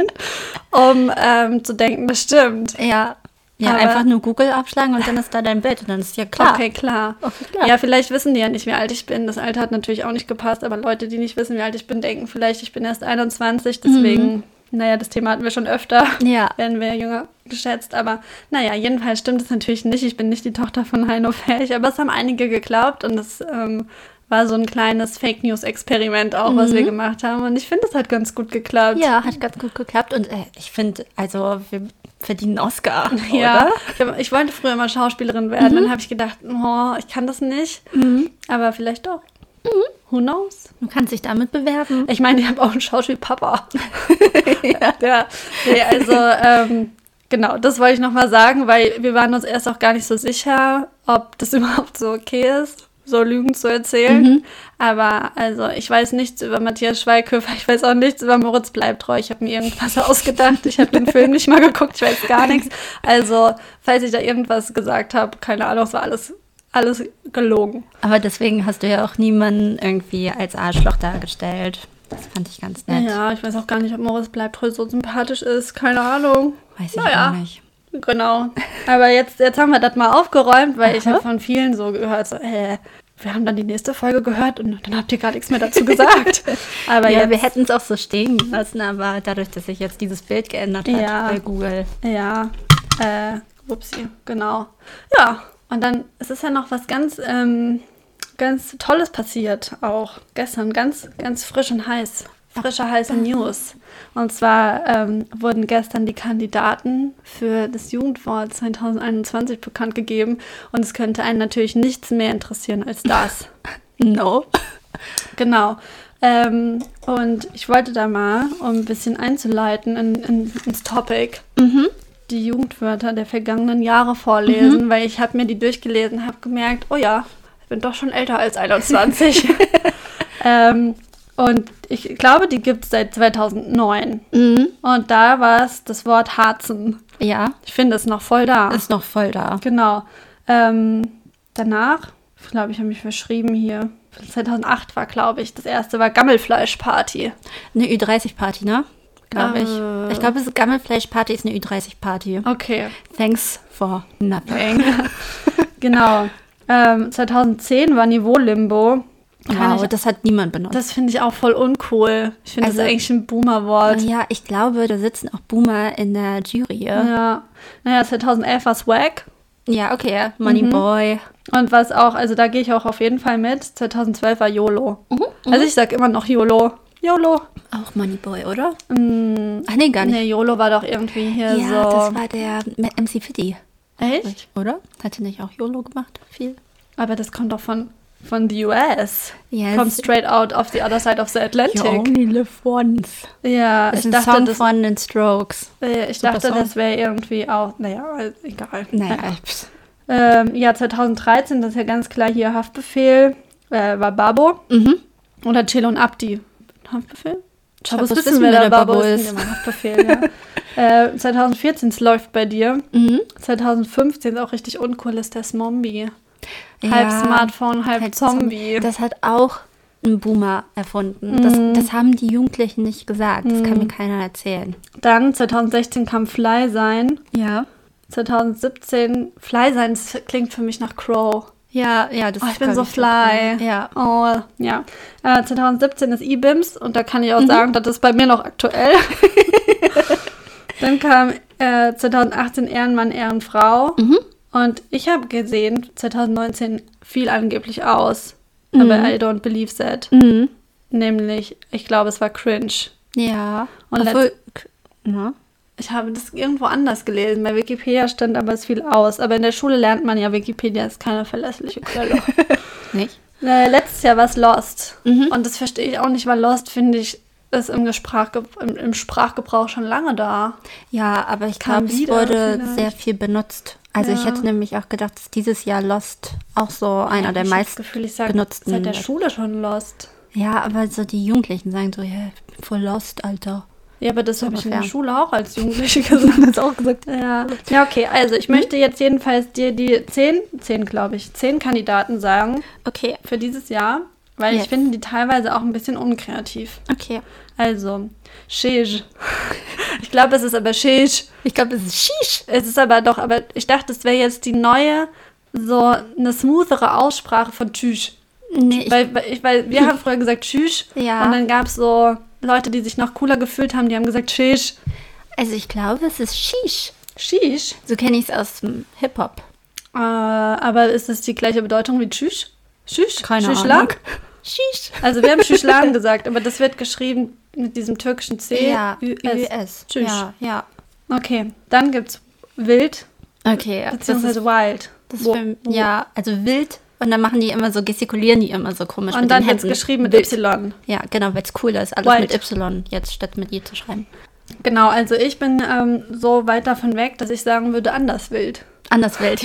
um zu denken, das stimmt. Ja. Ja, Aber- einfach nur Google abschlagen und dann ist da dein Bild und dann ist ja klar. Okay, klar. Okay, klar. Ja, vielleicht wissen die ja nicht, wie alt ich bin. Das Alter hat natürlich auch nicht gepasst, aber Leute, die nicht wissen, wie alt ich bin, denken vielleicht, ich bin erst 21. Deswegen, naja, das Thema hatten wir schon öfter. Ja. Werden wir jünger geschätzt. Aber naja, jedenfalls stimmt es natürlich nicht. Ich bin nicht die Tochter von Heino Ferch, aber es haben einige geglaubt und es war so ein kleines Fake-News-Experiment auch, was wir gemacht haben. Und ich finde, es hat ganz gut geklappt. Ja, hat ganz gut geklappt und ich finde, also wir verdienen einen Oscar, Ja, oder? ich wollte früher mal Schauspielerin werden. Dann habe ich gedacht, oh, ich kann das nicht. Aber vielleicht doch. Who knows? Du kannst dich damit bewerben. Ich meine, ich habe auch einen Schauspielpapa. Nee, also, genau, das wollte ich nochmal sagen, weil wir waren uns erst auch gar nicht so sicher, ob das überhaupt so okay ist, so Lügen zu erzählen. Aber also, ich weiß nichts über Matthias Schweighöfer, ich weiß auch nichts über Moritz Bleibtreu. Ich habe mir irgendwas ausgedacht. Ich habe den Film nicht mal geguckt, ich weiß gar nichts. Also, falls ich da irgendwas gesagt habe, keine Ahnung, es war alles gelogen. Aber deswegen hast du ja auch niemanden irgendwie als Arschloch dargestellt. Das fand ich ganz nett. Ja, ich weiß auch gar nicht, ob Moritz Bleibtreu so sympathisch ist. Keine Ahnung. Weiß ich Naja. auch nicht. Genau. Aber jetzt haben wir das mal aufgeräumt, weil ich habe von vielen so gehört, so, wir haben dann die nächste Folge gehört und dann habt ihr gar nichts mehr dazu gesagt. Aber Ja, jetzt, wir hätten es auch so stehen lassen, aber dadurch, dass sich jetzt dieses Bild geändert hat bei Google. Ja, upsie, genau. Ja, und dann ist es ja noch was ganz Tolles passiert auch gestern, ganz, ganz frisch und heiß. Frische, heiße News. Und zwar wurden gestern die Kandidaten für das Jugendwort 2021 bekannt gegeben. Und es könnte einen natürlich nichts mehr interessieren als das. No. Genau. Und ich wollte da mal, um ein bisschen einzuleiten ins Topic, die Jugendwörter der vergangenen Jahre vorlesen, weil ich habe mir die durchgelesen, habe gemerkt, oh ja, ich bin doch schon älter als 21. Und ich glaube, die gibt es seit 2009. Und da war es das Wort Harzen. Ja. Ich finde es noch voll da. Ist noch voll da. Genau. Danach, ich glaube, ich habe mich verschrieben hier. 2008 war, glaube ich, das erste war Gammelfleischparty. Eine Ü30-Party, ne? Glaube ich. Ich glaube, Gammelfleischparty ist eine Ü30-Party. Okay. Thanks for nothing. Genau. 2010 war Niveau-Limbo. Wow, das hat niemand benutzt. Das finde ich auch voll uncool. Ich finde das eigentlich ein Boomer-Wort. Ja, ich glaube, da sitzen auch Boomer in der Jury. Ja. Naja, 2011 war Swag. Ja, okay. Moneyboy. Und was auch, also da gehe ich auch auf jeden Fall mit. 2012 war YOLO. Also ich sag immer noch YOLO. YOLO. Auch Moneyboy, oder? Ach nee, gar nicht. Nee, YOLO war doch irgendwie hier so. Ja, das war der MC Fitty. Echt? Oder? Hat er nicht auch YOLO gemacht? Viel. Aber das kommt doch von the US. Yes. From straight out of the other side of the Atlantic. You only live once. Ja, das ist ein Song von den Strokes. Ich dachte, das wäre irgendwie auch, naja, egal. Naja. Ja, 2013, das ist ja ganz klar hier Haftbefehl, war Babo. Oder Cello und Abdi. Haftbefehl? Chabos wissen, wer der Babo ist. Ja, Haftbefehl, ja. 2014, es läuft bei dir. 2015 ist auch richtig uncool, ist der Zombie. Halb Smartphone, halb Zombie. Das hat auch ein Boomer erfunden. Das haben die Jugendlichen nicht gesagt. Das kann mir keiner erzählen. Dann 2016 kam Fly sein. Ja. 2017 Fly sein, das klingt für mich nach Crow. Ja, das ich bin so fly. Ja. Oh, ja. 2017 ist E-Bims und da kann ich auch sagen, das ist bei mir noch aktuell. Dann kam 2018 Ehrenmann, Ehrenfrau. Und ich habe gesehen, 2019 fiel angeblich aus. Aber I don't believe that. Nämlich, ich glaube, es war cringe. Ja. Und ich habe das irgendwo anders gelesen. Bei Wikipedia stand aber, es fiel aus. Aber in der Schule lernt man ja, Wikipedia ist keine verlässliche Quelle. Nicht? Letztes Jahr war es Lost. Und das verstehe ich auch nicht, weil Lost, finde ich, ist im Sprachgebrauch schon lange da. Ja, aber ich glaube, es wurde sehr viel benutzt. Also ich hätte nämlich auch gedacht, dass dieses Jahr Lost auch so einer der meist benutzten. Seit der Schule schon Lost. Ja, aber so die Jugendlichen sagen so, ja, ich bin voll Lost, Alter. Ja, aber das habe ich in der Schule auch als Jugendliche gesagt. auch gesagt. Ja, okay, also ich möchte jetzt jedenfalls dir die 10 Kandidaten sagen. Okay. Für dieses Jahr, weil ich finde die teilweise auch ein bisschen unkreativ. Okay. Also, Shish. Ich glaube, es ist aber Shish. Ich glaube, es ist Shish. Es ist aber ich dachte, es wäre jetzt die neue, so eine smoothere Aussprache von Tschüss. Nee, weil wir haben früher gesagt Tschüss. Ja. Und dann gab es so Leute, die sich noch cooler gefühlt haben, die haben gesagt Shish. Also ich glaube, es ist Shish. Shish? So kenne ich es aus dem Hip-Hop. Aber ist es die gleiche Bedeutung wie Tschüss? Tschüss? Keine Ahnung. Shish. Also wir haben Schüschlan gesagt, aber das wird geschrieben mit diesem türkischen C. Ja, Ü-S. Tschüss. Ja. Okay, dann gibt's Wild. Okay. Beziehungsweise Wild. Ja, also wild. Und dann gestikulieren die immer so komisch und mit dann den Händen. wird es geschrieben mit Y. Ja, genau, weil es cooler ist, alles Wild. mit Y jetzt statt mit I zu schreiben. Genau, also ich bin so weit davon weg, dass ich sagen würde, anders wild. Anders wild.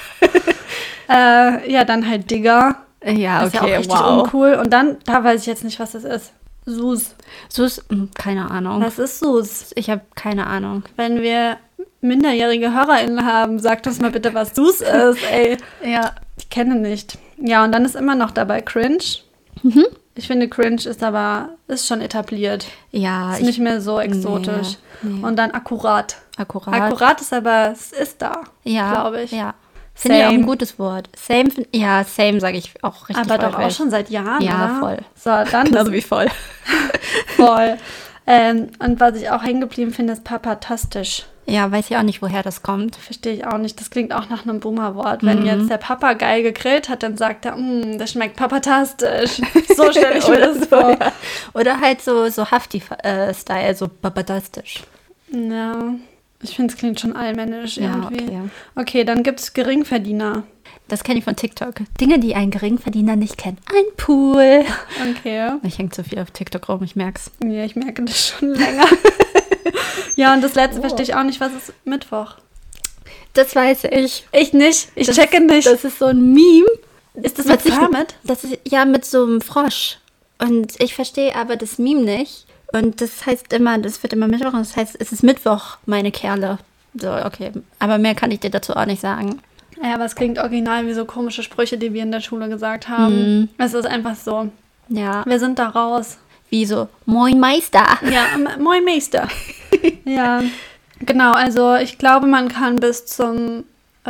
Ja, dann halt Digger. Ja, okay, ist ja auch richtig uncool. Und dann, da weiß ich jetzt nicht, was das ist. Sus. Sus, keine Ahnung. Was ist Sus? Ich habe keine Ahnung. Wenn wir minderjährige HörerInnen haben, sagt uns mal bitte, was Sus ist, ey. Ja. Ich kenne nicht. Ja, und dann ist immer noch dabei Cringe. Ich finde, cringe ist schon etabliert. Ja. Ist nicht mehr so exotisch. Nee. Und dann akkurat. Akkurat. Akkurat ist aber, es ist da, glaube ich. Ja. Finde ich auch ein gutes Wort. Same sage ich auch richtig aber doch häufig. auch schon seit Jahren, Ja, oder? voll. So, dann Genauso wie voll. voll. Und was ich auch hängen geblieben finde, ist papatastisch. Ja, weiß ich auch nicht, woher das kommt. Verstehe ich auch nicht. Das klingt auch nach einem Boomer-Wort. Wenn jetzt der Papa geil gegrillt hat, dann sagt er, das schmeckt papatastisch. So stelle ich mir das vor. Ja. Oder halt so Hafti-Style, so papatastisch. Ja, ich finde, es klingt schon allmännisch irgendwie. Okay. Okay, dann gibt es Geringverdiener. Das kenne ich von TikTok. Dinge, die ein Geringverdiener nicht kennt. Ein Pool. Okay. Ich hänge zu viel auf TikTok rum, ich merk's. Ja, ich merke das schon länger. Ja, und das letzte verstehe ich auch nicht. Was ist Mittwoch? Das weiß ich. Ich nicht. Ich checke nicht. Das ist so ein Meme. Ist das mit Kermit? Das ist ja mit so einem Frosch. Und ich verstehe aber das Meme nicht. Und das heißt immer, das wird immer Mittwoch. Und das heißt, es ist Mittwoch, meine Kerle. So, okay. Aber mehr kann ich dir dazu auch nicht sagen. Ja, aber es klingt original wie so komische Sprüche, die wir in der Schule gesagt haben. Es ist einfach so. Ja. Wir sind da raus. Wie so, Moin Meister. Ja, Moin Meister. Ja, genau. Also ich glaube, man kann bis zum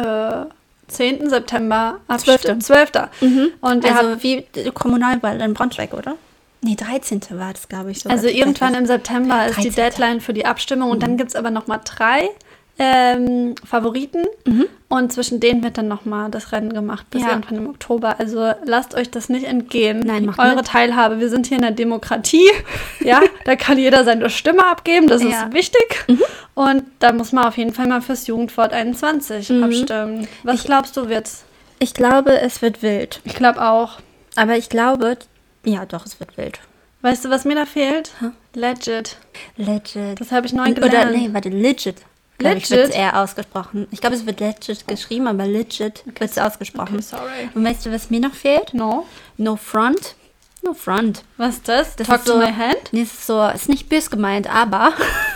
10. September abstimmen. 12. Und Also wie die Kommunalwahl in Braunschweig, oder? Nee, 13. war das, glaube ich. Also irgendwann im September ist die Deadline für die Abstimmung. Und dann gibt es aber nochmal 3 Favoriten. Und zwischen denen wird dann nochmal das Rennen gemacht bis irgendwann im Oktober. Also lasst euch das nicht entgehen. Nein, macht eure mit. Teilhabe. Wir sind hier in der Demokratie. Ja, da kann jeder seine Stimme abgeben. Das ist wichtig. Und da muss man auf jeden Fall mal fürs Jugendwort 21 abstimmen. Was glaubst du wird's? Ich glaube, es wird wild. Ich glaube auch. Aber ich glaube, ja doch, es wird wild. Weißt du, was mir da fehlt? Legit. Legit. Das habe ich neu gelernt. Oder nee, warte, legit. Legit? Wird es eher ausgesprochen. Ich glaube, es wird legit geschrieben, aber legit wird es ausgesprochen. Okay, sorry. Und weißt du, was mir noch fehlt? No. No front. No front. Was ist das? Das Talk ist to so, my hand? Nee, es ist so, ist nicht bös gemeint, aber.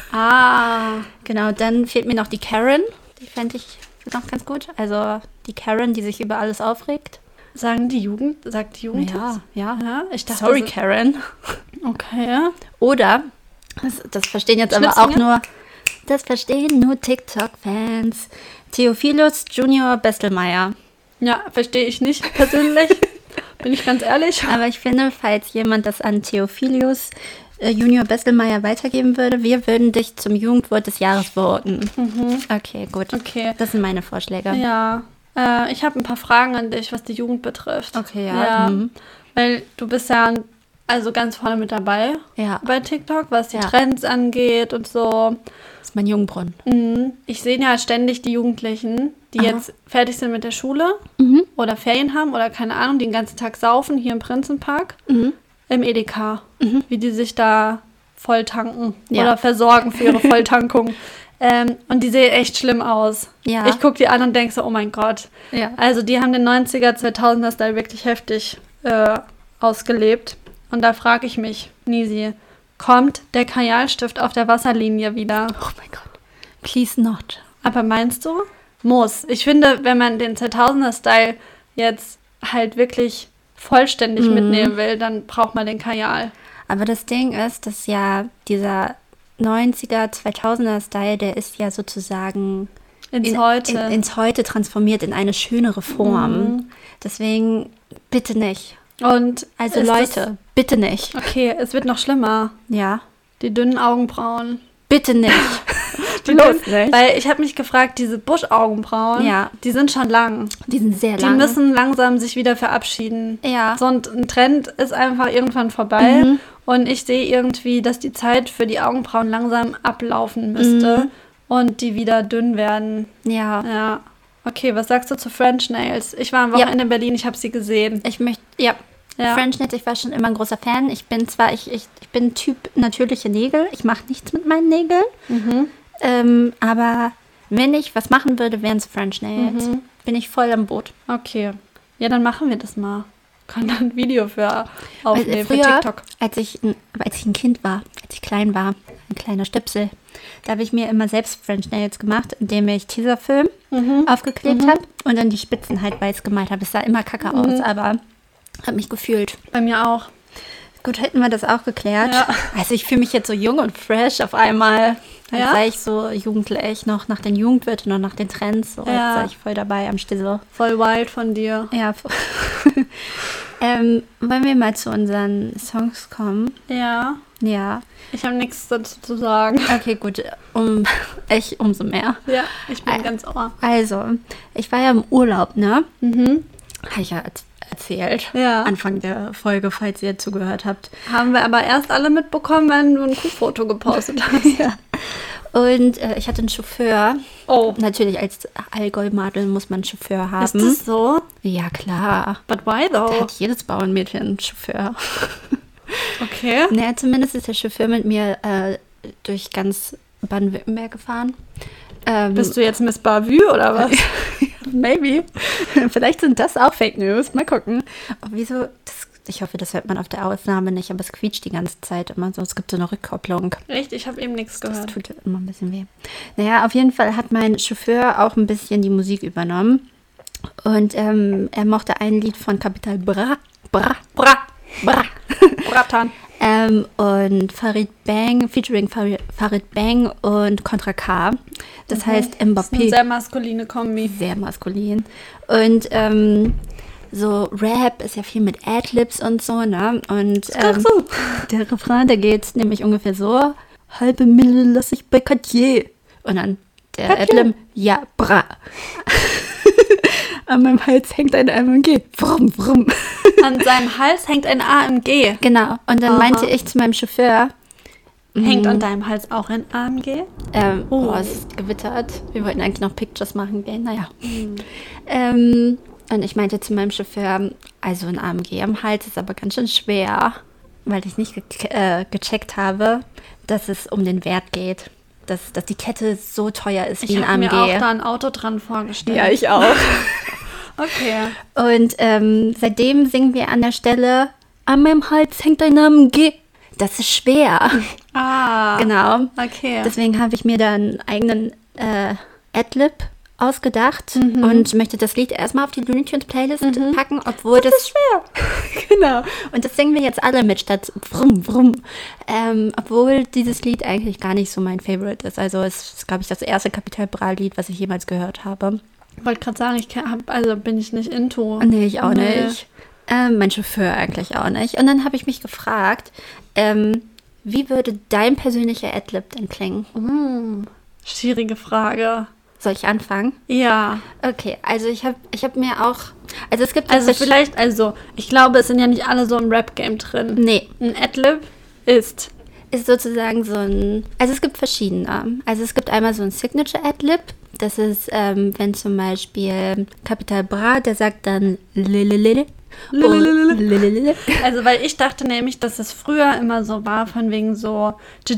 Genau, dann fehlt mir noch die Karen. Die fände ich noch ganz gut. Also die Karen, die sich über alles aufregt. Sagt die Jugend das? Ja. Ich dachte, Sorry, Karen. Okay. Oder, das verstehen jetzt aber auch nur, das verstehen nur TikTok-Fans. Theophilus Junior Bestelmeier. Ja, verstehe ich nicht persönlich. Bin ich ganz ehrlich. Aber ich finde, falls jemand das an Theophilus Junior Bestelmeier weitergeben würde, wir würden dich zum Jugendwort des Jahres voten. Okay, gut. Okay. Das sind meine Vorschläge. Ja. Ich habe ein paar Fragen an dich, was die Jugend betrifft. Okay, ja. Weil du bist ja also ganz vorne mit dabei bei TikTok, was die Trends angeht und so. Das ist mein Jungbrunnen. Ich sehe ja ständig die Jugendlichen, die jetzt fertig sind mit der Schule oder Ferien haben oder keine Ahnung, die den ganzen Tag saufen hier im Prinzenpark, im Edeka, wie die sich da voll tanken oder versorgen für ihre Volltankung. Und die sehen echt schlimm aus. Ja. Ich gucke die an und denke so, oh mein Gott. Ja. Also die haben den 90er, 2000er Style wirklich heftig ausgelebt. Und da frage ich mich, Nisi, kommt der Kajalstift auf der Wasserlinie wieder? Oh mein Gott. Please not. Aber meinst du? Muss. Ich finde, wenn man den 2000er Style jetzt halt wirklich vollständig mitnehmen will, dann braucht man den Kajal. Aber das Ding ist, dass ja dieser 90er, 2000er Style, der ist ja sozusagen ins Heute transformiert in eine schönere Form. Deswegen bitte nicht. Und also Leute, bitte nicht. Okay, es wird noch schlimmer. Ja. Die dünnen Augenbrauen. Bitte nicht. Nicht. Weil ich habe mich gefragt, diese Busch-Augenbrauen, die sind schon lang. Die sind sehr lang. Die müssen langsam sich wieder verabschieden. Ja. So ein Trend ist einfach irgendwann vorbei. Und ich sehe irgendwie, dass die Zeit für die Augenbrauen langsam ablaufen müsste und die wieder dünn werden. Ja. Okay, was sagst du zu French Nails? Ich war am Wochenende in Berlin, ich habe sie gesehen. French Nails, ich war schon immer ein großer Fan. Ich bin Typ natürliche Nägel. Ich mache nichts mit meinen Nägeln. Aber wenn ich was machen würde, wären es French Nails. Bin ich voll am Boot. Okay. Ja, dann machen wir das mal. Kann da ein Video für aufnehmen, früher, für TikTok. Als ich ein Kind war, als ich klein war, ein kleiner Stöpsel, da habe ich mir immer selbst French Nails gemacht, indem ich Tesafilm aufgeklebt habe und dann die Spitzen halt weiß gemalt habe. Es sah immer kacke aus, aber habe mich gefühlt. Bei mir auch. Gut, hätten wir das auch geklärt. Ja. Also ich fühle mich jetzt so jung und fresh auf einmal. Als Ja? sei ich so jugendlich noch nach den Jugendwörtern und nach den Trends. So, Ja. als sei ich voll dabei am Stissel. Voll wild von dir. Ja. Wollen wir mal zu unseren Songs kommen? Ja. Ja. Ich habe nichts dazu zu sagen. Okay, gut. Umso mehr. Ja, ich bin ganz ohr. Also, ich war ja im Urlaub, ne? Habe ich ja erzählt. Ja. Anfang der Folge, falls ihr zugehört habt. Haben wir aber erst alle mitbekommen, wenn du ein Kuhfoto gepostet hast. Ja. Und ich hatte einen Chauffeur. Oh. Natürlich als Allgäu-Madel muss man einen Chauffeur haben. Ist das so? Ja, klar. But why Da though? hat jedes Bauernmädchen einen Chauffeur. Okay. Naja, zumindest ist der Chauffeur mit mir durch ganz Baden-Württemberg gefahren. Bist du jetzt Miss Bavü oder was? Maybe. Vielleicht sind das auch Fake News. Mal gucken. Oh, wieso? Ich hoffe, das hört man auf der Aufnahme nicht, aber es quietscht die ganze Zeit immer so. Es gibt so eine Rückkopplung. Echt? Ich habe eben nichts Das gehört. tut immer ein bisschen weh. Naja, auf jeden Fall hat mein Chauffeur auch ein bisschen die Musik übernommen. Und er mochte ein Lied von Capital Bra. Bratan. Und Farid Bang, featuring Farid Bang und Contra K. Das heißt Das ist eine Mbappé. sehr maskuline Kombi. Sehr maskulin. Und so Rap ist ja viel mit Adlibs und so, ne? Und der Refrain, der geht nämlich ungefähr so: halbe Mille lass ich bei Cartier. Und dann der Cartier. Adlib, ja, bra. An meinem Hals hängt ein AMG. Vrum, vrum. An seinem Hals hängt ein AMG. Genau. Und dann Aha. meinte ich zu meinem Chauffeur, Hängt an deinem Hals auch ein AMG? es ist gewittert. Wir wollten eigentlich noch Pictures machen gehen. Naja. Und ich meinte zu meinem Chauffeur, also ein AMG am Hals ist aber ganz schön schwer, weil ich nicht gecheckt habe, dass es um den Wert geht. Dass die Kette so teuer ist wie Ich ein habe AMG. mir auch da ein Auto dran vorgestellt. Ja, ich auch. Okay. Und seitdem singen wir an der Stelle, an meinem Hals hängt ein AMG. Das ist schwer. Ah. Genau. Okay. Deswegen habe ich mir da einen eigenen Adlib ausgedacht und möchte das Lied erstmal auf die Looney Tunes Playlist packen, obwohl das ist schwer. Genau. Und das singen wir jetzt alle mit statt Vrum Vrum. Obwohl dieses Lied eigentlich gar nicht so mein Favorite ist. Also es ist, glaube ich, das erste Capital Bra Lied, was ich jemals gehört habe. Ich wollte gerade sagen, bin ich nicht into. Nee, ich auch Nee. nicht. Mein Chauffeur eigentlich auch nicht. Und dann habe ich mich gefragt, wie würde dein persönlicher Adlib denn klingen? Schwierige Frage. Soll ich anfangen? Ja. Okay, also ich hab mir auch, also es gibt Also jetzt ich glaube, es sind ja nicht alle so im Rap-Game drin. nee, Ein Adlib ist. ist sozusagen so ein, also es gibt verschiedene. Also es gibt einmal so ein Signature Adlib, das ist, wenn zum Beispiel Capital Bra, der sagt dann lililili. Lililili. Also, weil ich dachte nämlich, dass es früher immer so war, von wegen so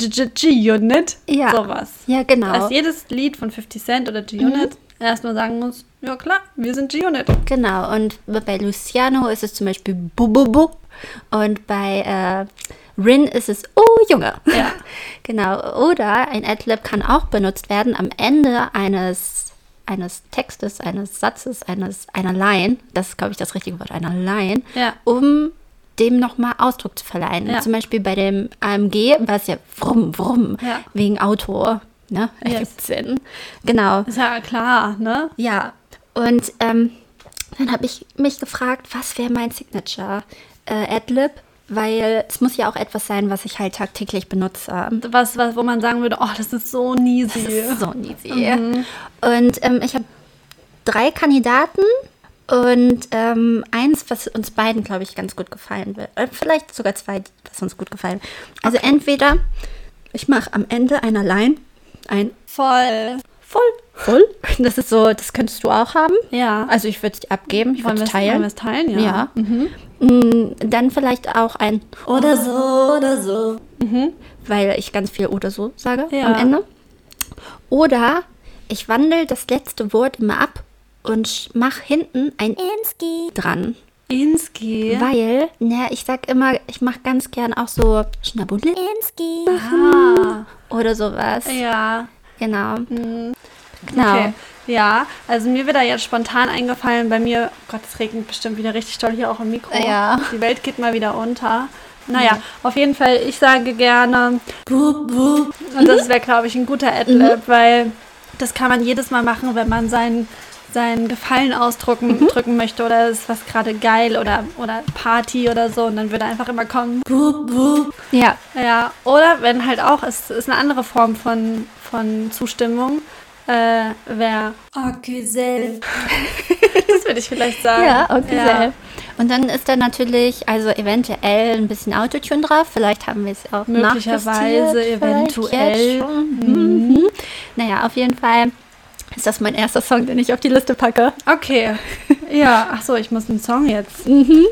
G-Unit, Ja. sowas. Ja, genau. Dass jedes Lied von 50 Cent oder G-Unit erstmal sagen muss, ja klar, wir sind G-Unit. Genau, und bei Luciano ist es zum Beispiel Bu. Und bei Rin ist es Oh Junge. Ja. Genau, oder ein Adlib kann auch benutzt werden am Ende eines Textes, eines Satzes, einer Line, das ist, glaube ich, das richtige Wort, einer Line, Ja. um dem nochmal Ausdruck zu verleihen. Ja. Zum Beispiel bei dem AMG war es ja Vrum, Vrum, Ja. wegen Auto, ne? Yes. Ergibt Sinn. Genau. Ist ja klar, ne? Ja, und dann habe ich mich gefragt, was wäre mein Signature Adlib, weil es muss ja auch etwas sein, was ich halt tagtäglich benutze. Was, wo man sagen würde, oh, das ist so easy. Das ist so easy. Und ich habe 3 Kandidaten und eins, was uns beiden, glaube ich, ganz gut gefallen wird. Vielleicht sogar 2, was uns gut gefallen. Also entweder ich mache am Ende einer Line ein Voll. Voll. Das ist so, das könntest du auch haben. Ja. Also ich würde es abgeben, ich Wollen würde wir es teilen. Wollen wir es teilen? Ja. Ja. Dann vielleicht auch ein Oder so. weil ich ganz viel oder so sage Ja. am Ende. Oder ich wandle das letzte Wort immer ab und mache hinten ein Inski dran. Inski. Weil, ich sag immer, ich mache ganz gern auch so Schnabulle Inski Ah. oder sowas. Ja. Genau. Genau. Okay. Ja, also mir wird da jetzt spontan eingefallen, bei mir, oh Gott, es regnet bestimmt wieder richtig doll hier auch im Mikro. Ja. Die Welt geht mal wieder unter. Naja, auf jeden Fall, ich sage gerne Boop, Boop. Und das wäre, glaube ich, ein guter Adlib, weil das kann man jedes Mal machen, wenn man seinen Gefallen drücken möchte oder ist was gerade geil oder Party oder so und dann würde einfach immer kommen Boop, Boop. Ja. Ja, oder wenn halt auch, es ist eine andere Form von Zustimmung, wäre Ocusel. Das würde ich vielleicht sagen. Ja, okay. Ja. Und dann ist da natürlich, also eventuell ein bisschen Autotune drauf. Vielleicht haben wir es auch möglicherweise, eventuell. Naja, auf jeden Fall ist das mein erster Song, den ich auf die Liste packe. Okay. Ja, ach so, ich muss einen Song jetzt.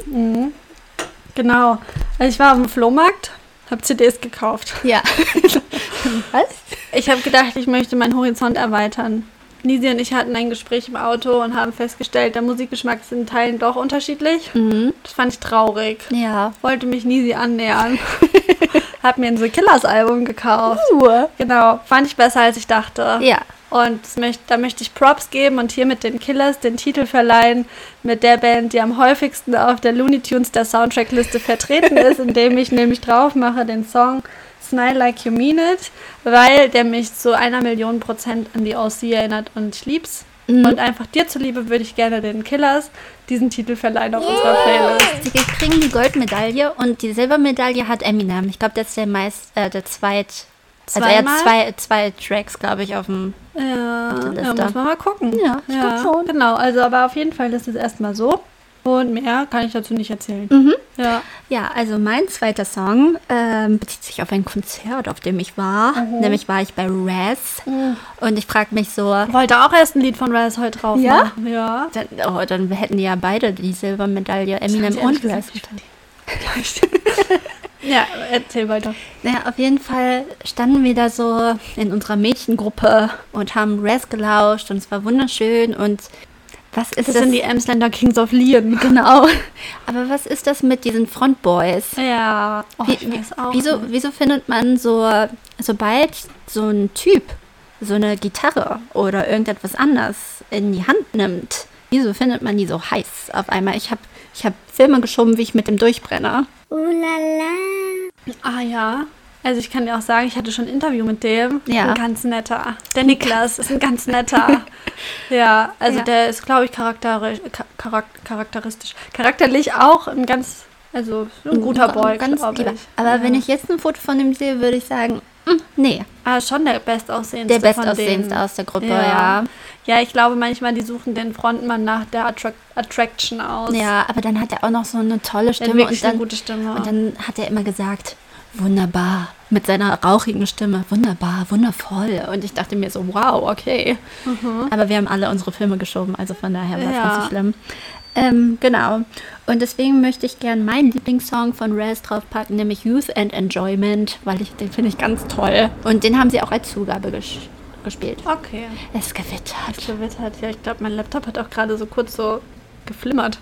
Genau. Also ich war auf dem Flohmarkt, habe CDs gekauft. Ja. Was? Ich habe gedacht, ich möchte meinen Horizont erweitern. Nisi und ich hatten ein Gespräch im Auto und haben festgestellt, der Musikgeschmack ist in Teilen doch unterschiedlich. Das fand ich traurig. Ja. Wollte mich Nisi annähern. Hab mir ein The Killers-Album gekauft. Genau. Fand ich besser, als ich dachte. Ja. Und da möchte ich Props geben und hier mit den Killers den Titel verleihen mit der Band, die am häufigsten auf der Looney Tunes der Soundtrackliste vertreten ist, indem ich nämlich drauf mache den Song Smile Like You Mean It, weil der mich zu 1.000.000% an die OC erinnert und ich lieb's. Und einfach dir zuliebe würde ich gerne den Killers diesen Titel verleihen auf unserer Playlist. Sie kriegen die Goldmedaille und die Silbermedaille hat Eminem. Ich glaube, das ist der also er hat zwei Tracks, glaube ich, auf dem Liste. Ja, muss man mal gucken. Ja, ich glaube schon. Genau, also aber auf jeden Fall ist es erstmal so. Und mehr kann ich dazu nicht erzählen. Ja, also mein zweiter Song bezieht sich auf ein Konzert, auf dem ich war. Nämlich war ich bei Raz. Und ich frage mich so... Wollte auch erst ein Lied von Raz heute drauf machen. Ja. Dann hätten die ja beide die Silbermedaille, Eminem und Raz. Ja, erzähl weiter. Naja, auf jeden Fall standen wir da so in unserer Mädchengruppe und haben Raz gelauscht und es war wunderschön und was ist das? Das sind die Emsländer Kings of Leon. Genau. Aber was ist das mit diesen Frontboys? Ja. Ich weiß auch wieso findet man sobald so ein Typ so eine Gitarre oder irgendetwas anderes in die Hand nimmt, wieso findet man die so heiß auf einmal? Ich hab Filme geschoben, wie ich mit dem Durchbrenner. Ah ja. Also ich kann dir auch sagen, ich hatte schon ein Interview mit dem. Ja. Ein ganz netter. Der Niklas ist ein ganz netter. Ja, also der ist, glaube ich, charakterlich auch ein ganz, also ein guter Boy, glaube ich. Aber wenn ich jetzt ein Foto von ihm sehe, würde ich sagen, nee. Ah, schon der bestaussehendste. Der bestaussehendste aus der Gruppe, ja. Ja, ich glaube manchmal, die suchen den Frontmann nach der Attraction aus. Ja, aber dann hat er auch noch so eine tolle Stimme. Wirklich eine gute Stimme. Und dann hat er immer gesagt, wunderbar, mit seiner rauchigen Stimme, wunderbar, wundervoll. Und ich dachte mir so, wow, okay. Aber wir haben alle unsere Filme geschoben, also von daher war es nicht so schlimm. Genau. Und deswegen möchte ich gerne meinen Lieblingssong von Raz draufpacken, nämlich Youth and Enjoyment, weil den finde ich ganz toll. Und den haben sie auch als Zugabe gespielt. Okay. Es gewittert. Ja, ich glaube, mein Laptop hat auch gerade so kurz so geflimmert.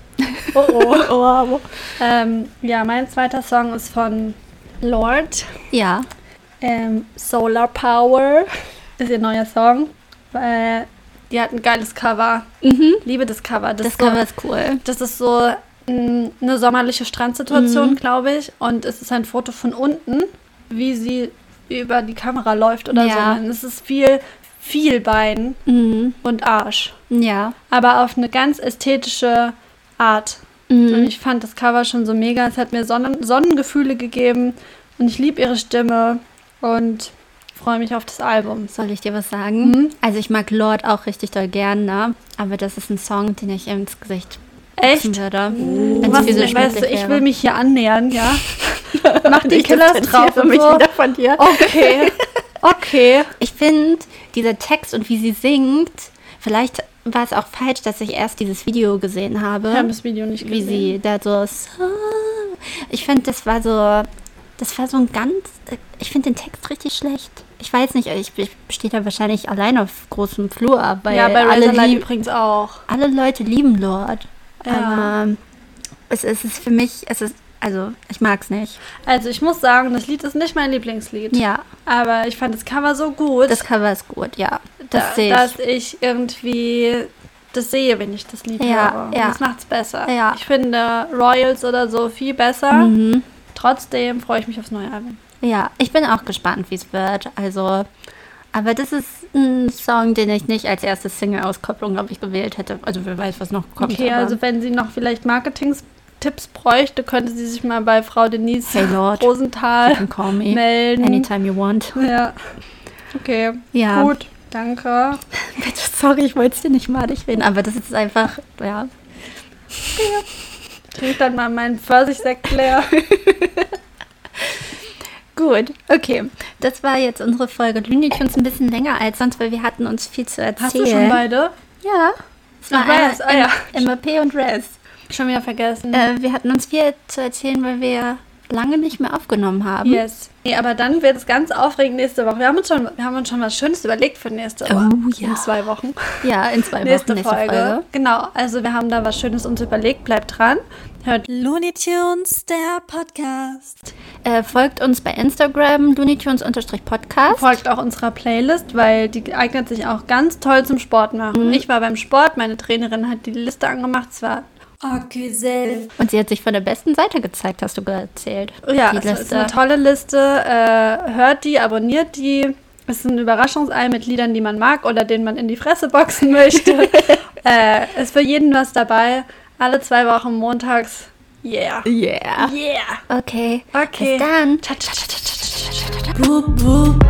Oh. Ja, mein zweiter Song ist von Lorde. Ja. Solar Power ist ihr neuer Song. Die hat ein geiles Cover. Liebe das Cover. Das Cover ist cool. Das ist so eine sommerliche Strandsituation, glaube ich. Und es ist ein Foto von unten, wie sie über die Kamera läuft oder so. Und es ist viel Bein und Arsch. Ja. Aber auf eine ganz ästhetische Art. Und ich fand das Cover schon so mega. Es hat mir Sonnengefühle gegeben. Und ich liebe ihre Stimme. Und freue mich auf das Album. Soll ich dir was sagen? Also ich mag Lorde auch richtig doll gern, ne? Aber das ist ein Song, den ich ins Gesicht echt würde. Weißt du, ich will mich hier annähern, ja? Mach die Killers drauf und mich so. Wieder von dir. Okay. Ich finde, dieser Text und wie sie singt, vielleicht war es auch falsch, dass ich erst dieses Video gesehen habe. Ich habe das Video nicht gesehen. Wie sie da so... Ich finde, das war so ein ganz... Ich finde den Text richtig schlecht. Ich weiß nicht, ich stehe da wahrscheinlich allein auf großem Flur, weil ja, bei alle übrigens auch. Alle Leute lieben Lorde. Ja. Aber es ist für mich, also ich mag es nicht. Also ich muss sagen, das Lied ist nicht mein Lieblingslied. Ja. Aber ich fand das Cover so gut. Das Cover ist gut, ja. Das sehe ich. Dass ich irgendwie das sehe, wenn ich das Lied höre. Ja. Das macht's besser. Ja. Ich finde Royals oder so viel besser. trotzdem freue ich mich aufs neue Album. Ja, ich bin auch gespannt, wie es wird. Also, aber das ist ein Song, den ich nicht als erste Single-Auskopplung, glaube ich, gewählt hätte. Also wer weiß, was noch kommt. Okay, aber also wenn sie noch vielleicht Marketing-Tipps bräuchte, könnte sie sich mal bei Frau Denise Hey Lord, Rosenthal you can call me melden. anytime you want. Ja. Okay, Ja. gut, danke. Bitte, sorry, ich wollte es dir nicht madig reden, aber das ist einfach, ja. Trink dann mal meinen Pfirsich-Sekt leer. Gut, okay. Das war jetzt unsere Folge Looney Tunes, ein bisschen länger als sonst, weil wir hatten uns viel zu erzählen. Hast du schon beide? Ja. Es war Raz, ja. MAP und Raz. Schon wieder vergessen. Wir hatten uns viel zu erzählen, weil wir lange nicht mehr aufgenommen haben. Yes. Nee, aber dann wird es ganz aufregend nächste Woche. Wir haben uns schon was Schönes überlegt für nächste Woche. Oh ja. In 2 Wochen. Ja, in 2 Wochen. Nächste Folge. Genau, also wir haben da was Schönes uns überlegt. Bleibt dran. Hört Looney Tunes, der Podcast. Folgt uns bei Instagram, LooneyTunes_Podcast. Folgt auch unserer Playlist, weil die eignet sich auch ganz toll zum Sport machen. Ich war beim Sport, meine Trainerin hat die Liste angemacht. Es war Aküsel. Und sie hat sich von der besten Seite gezeigt, hast du erzählt. ja, die es ist eine tolle Liste. Hört die, abonniert die. Es ist ein Überraschungsei mit Liedern, die man mag oder denen man in die Fresse boxen möchte. Ist für jeden was dabei. Alle 2 Wochen montags. Yeah. Yeah. Yeah. Okay. Okay. Bis dann. Boop, boop.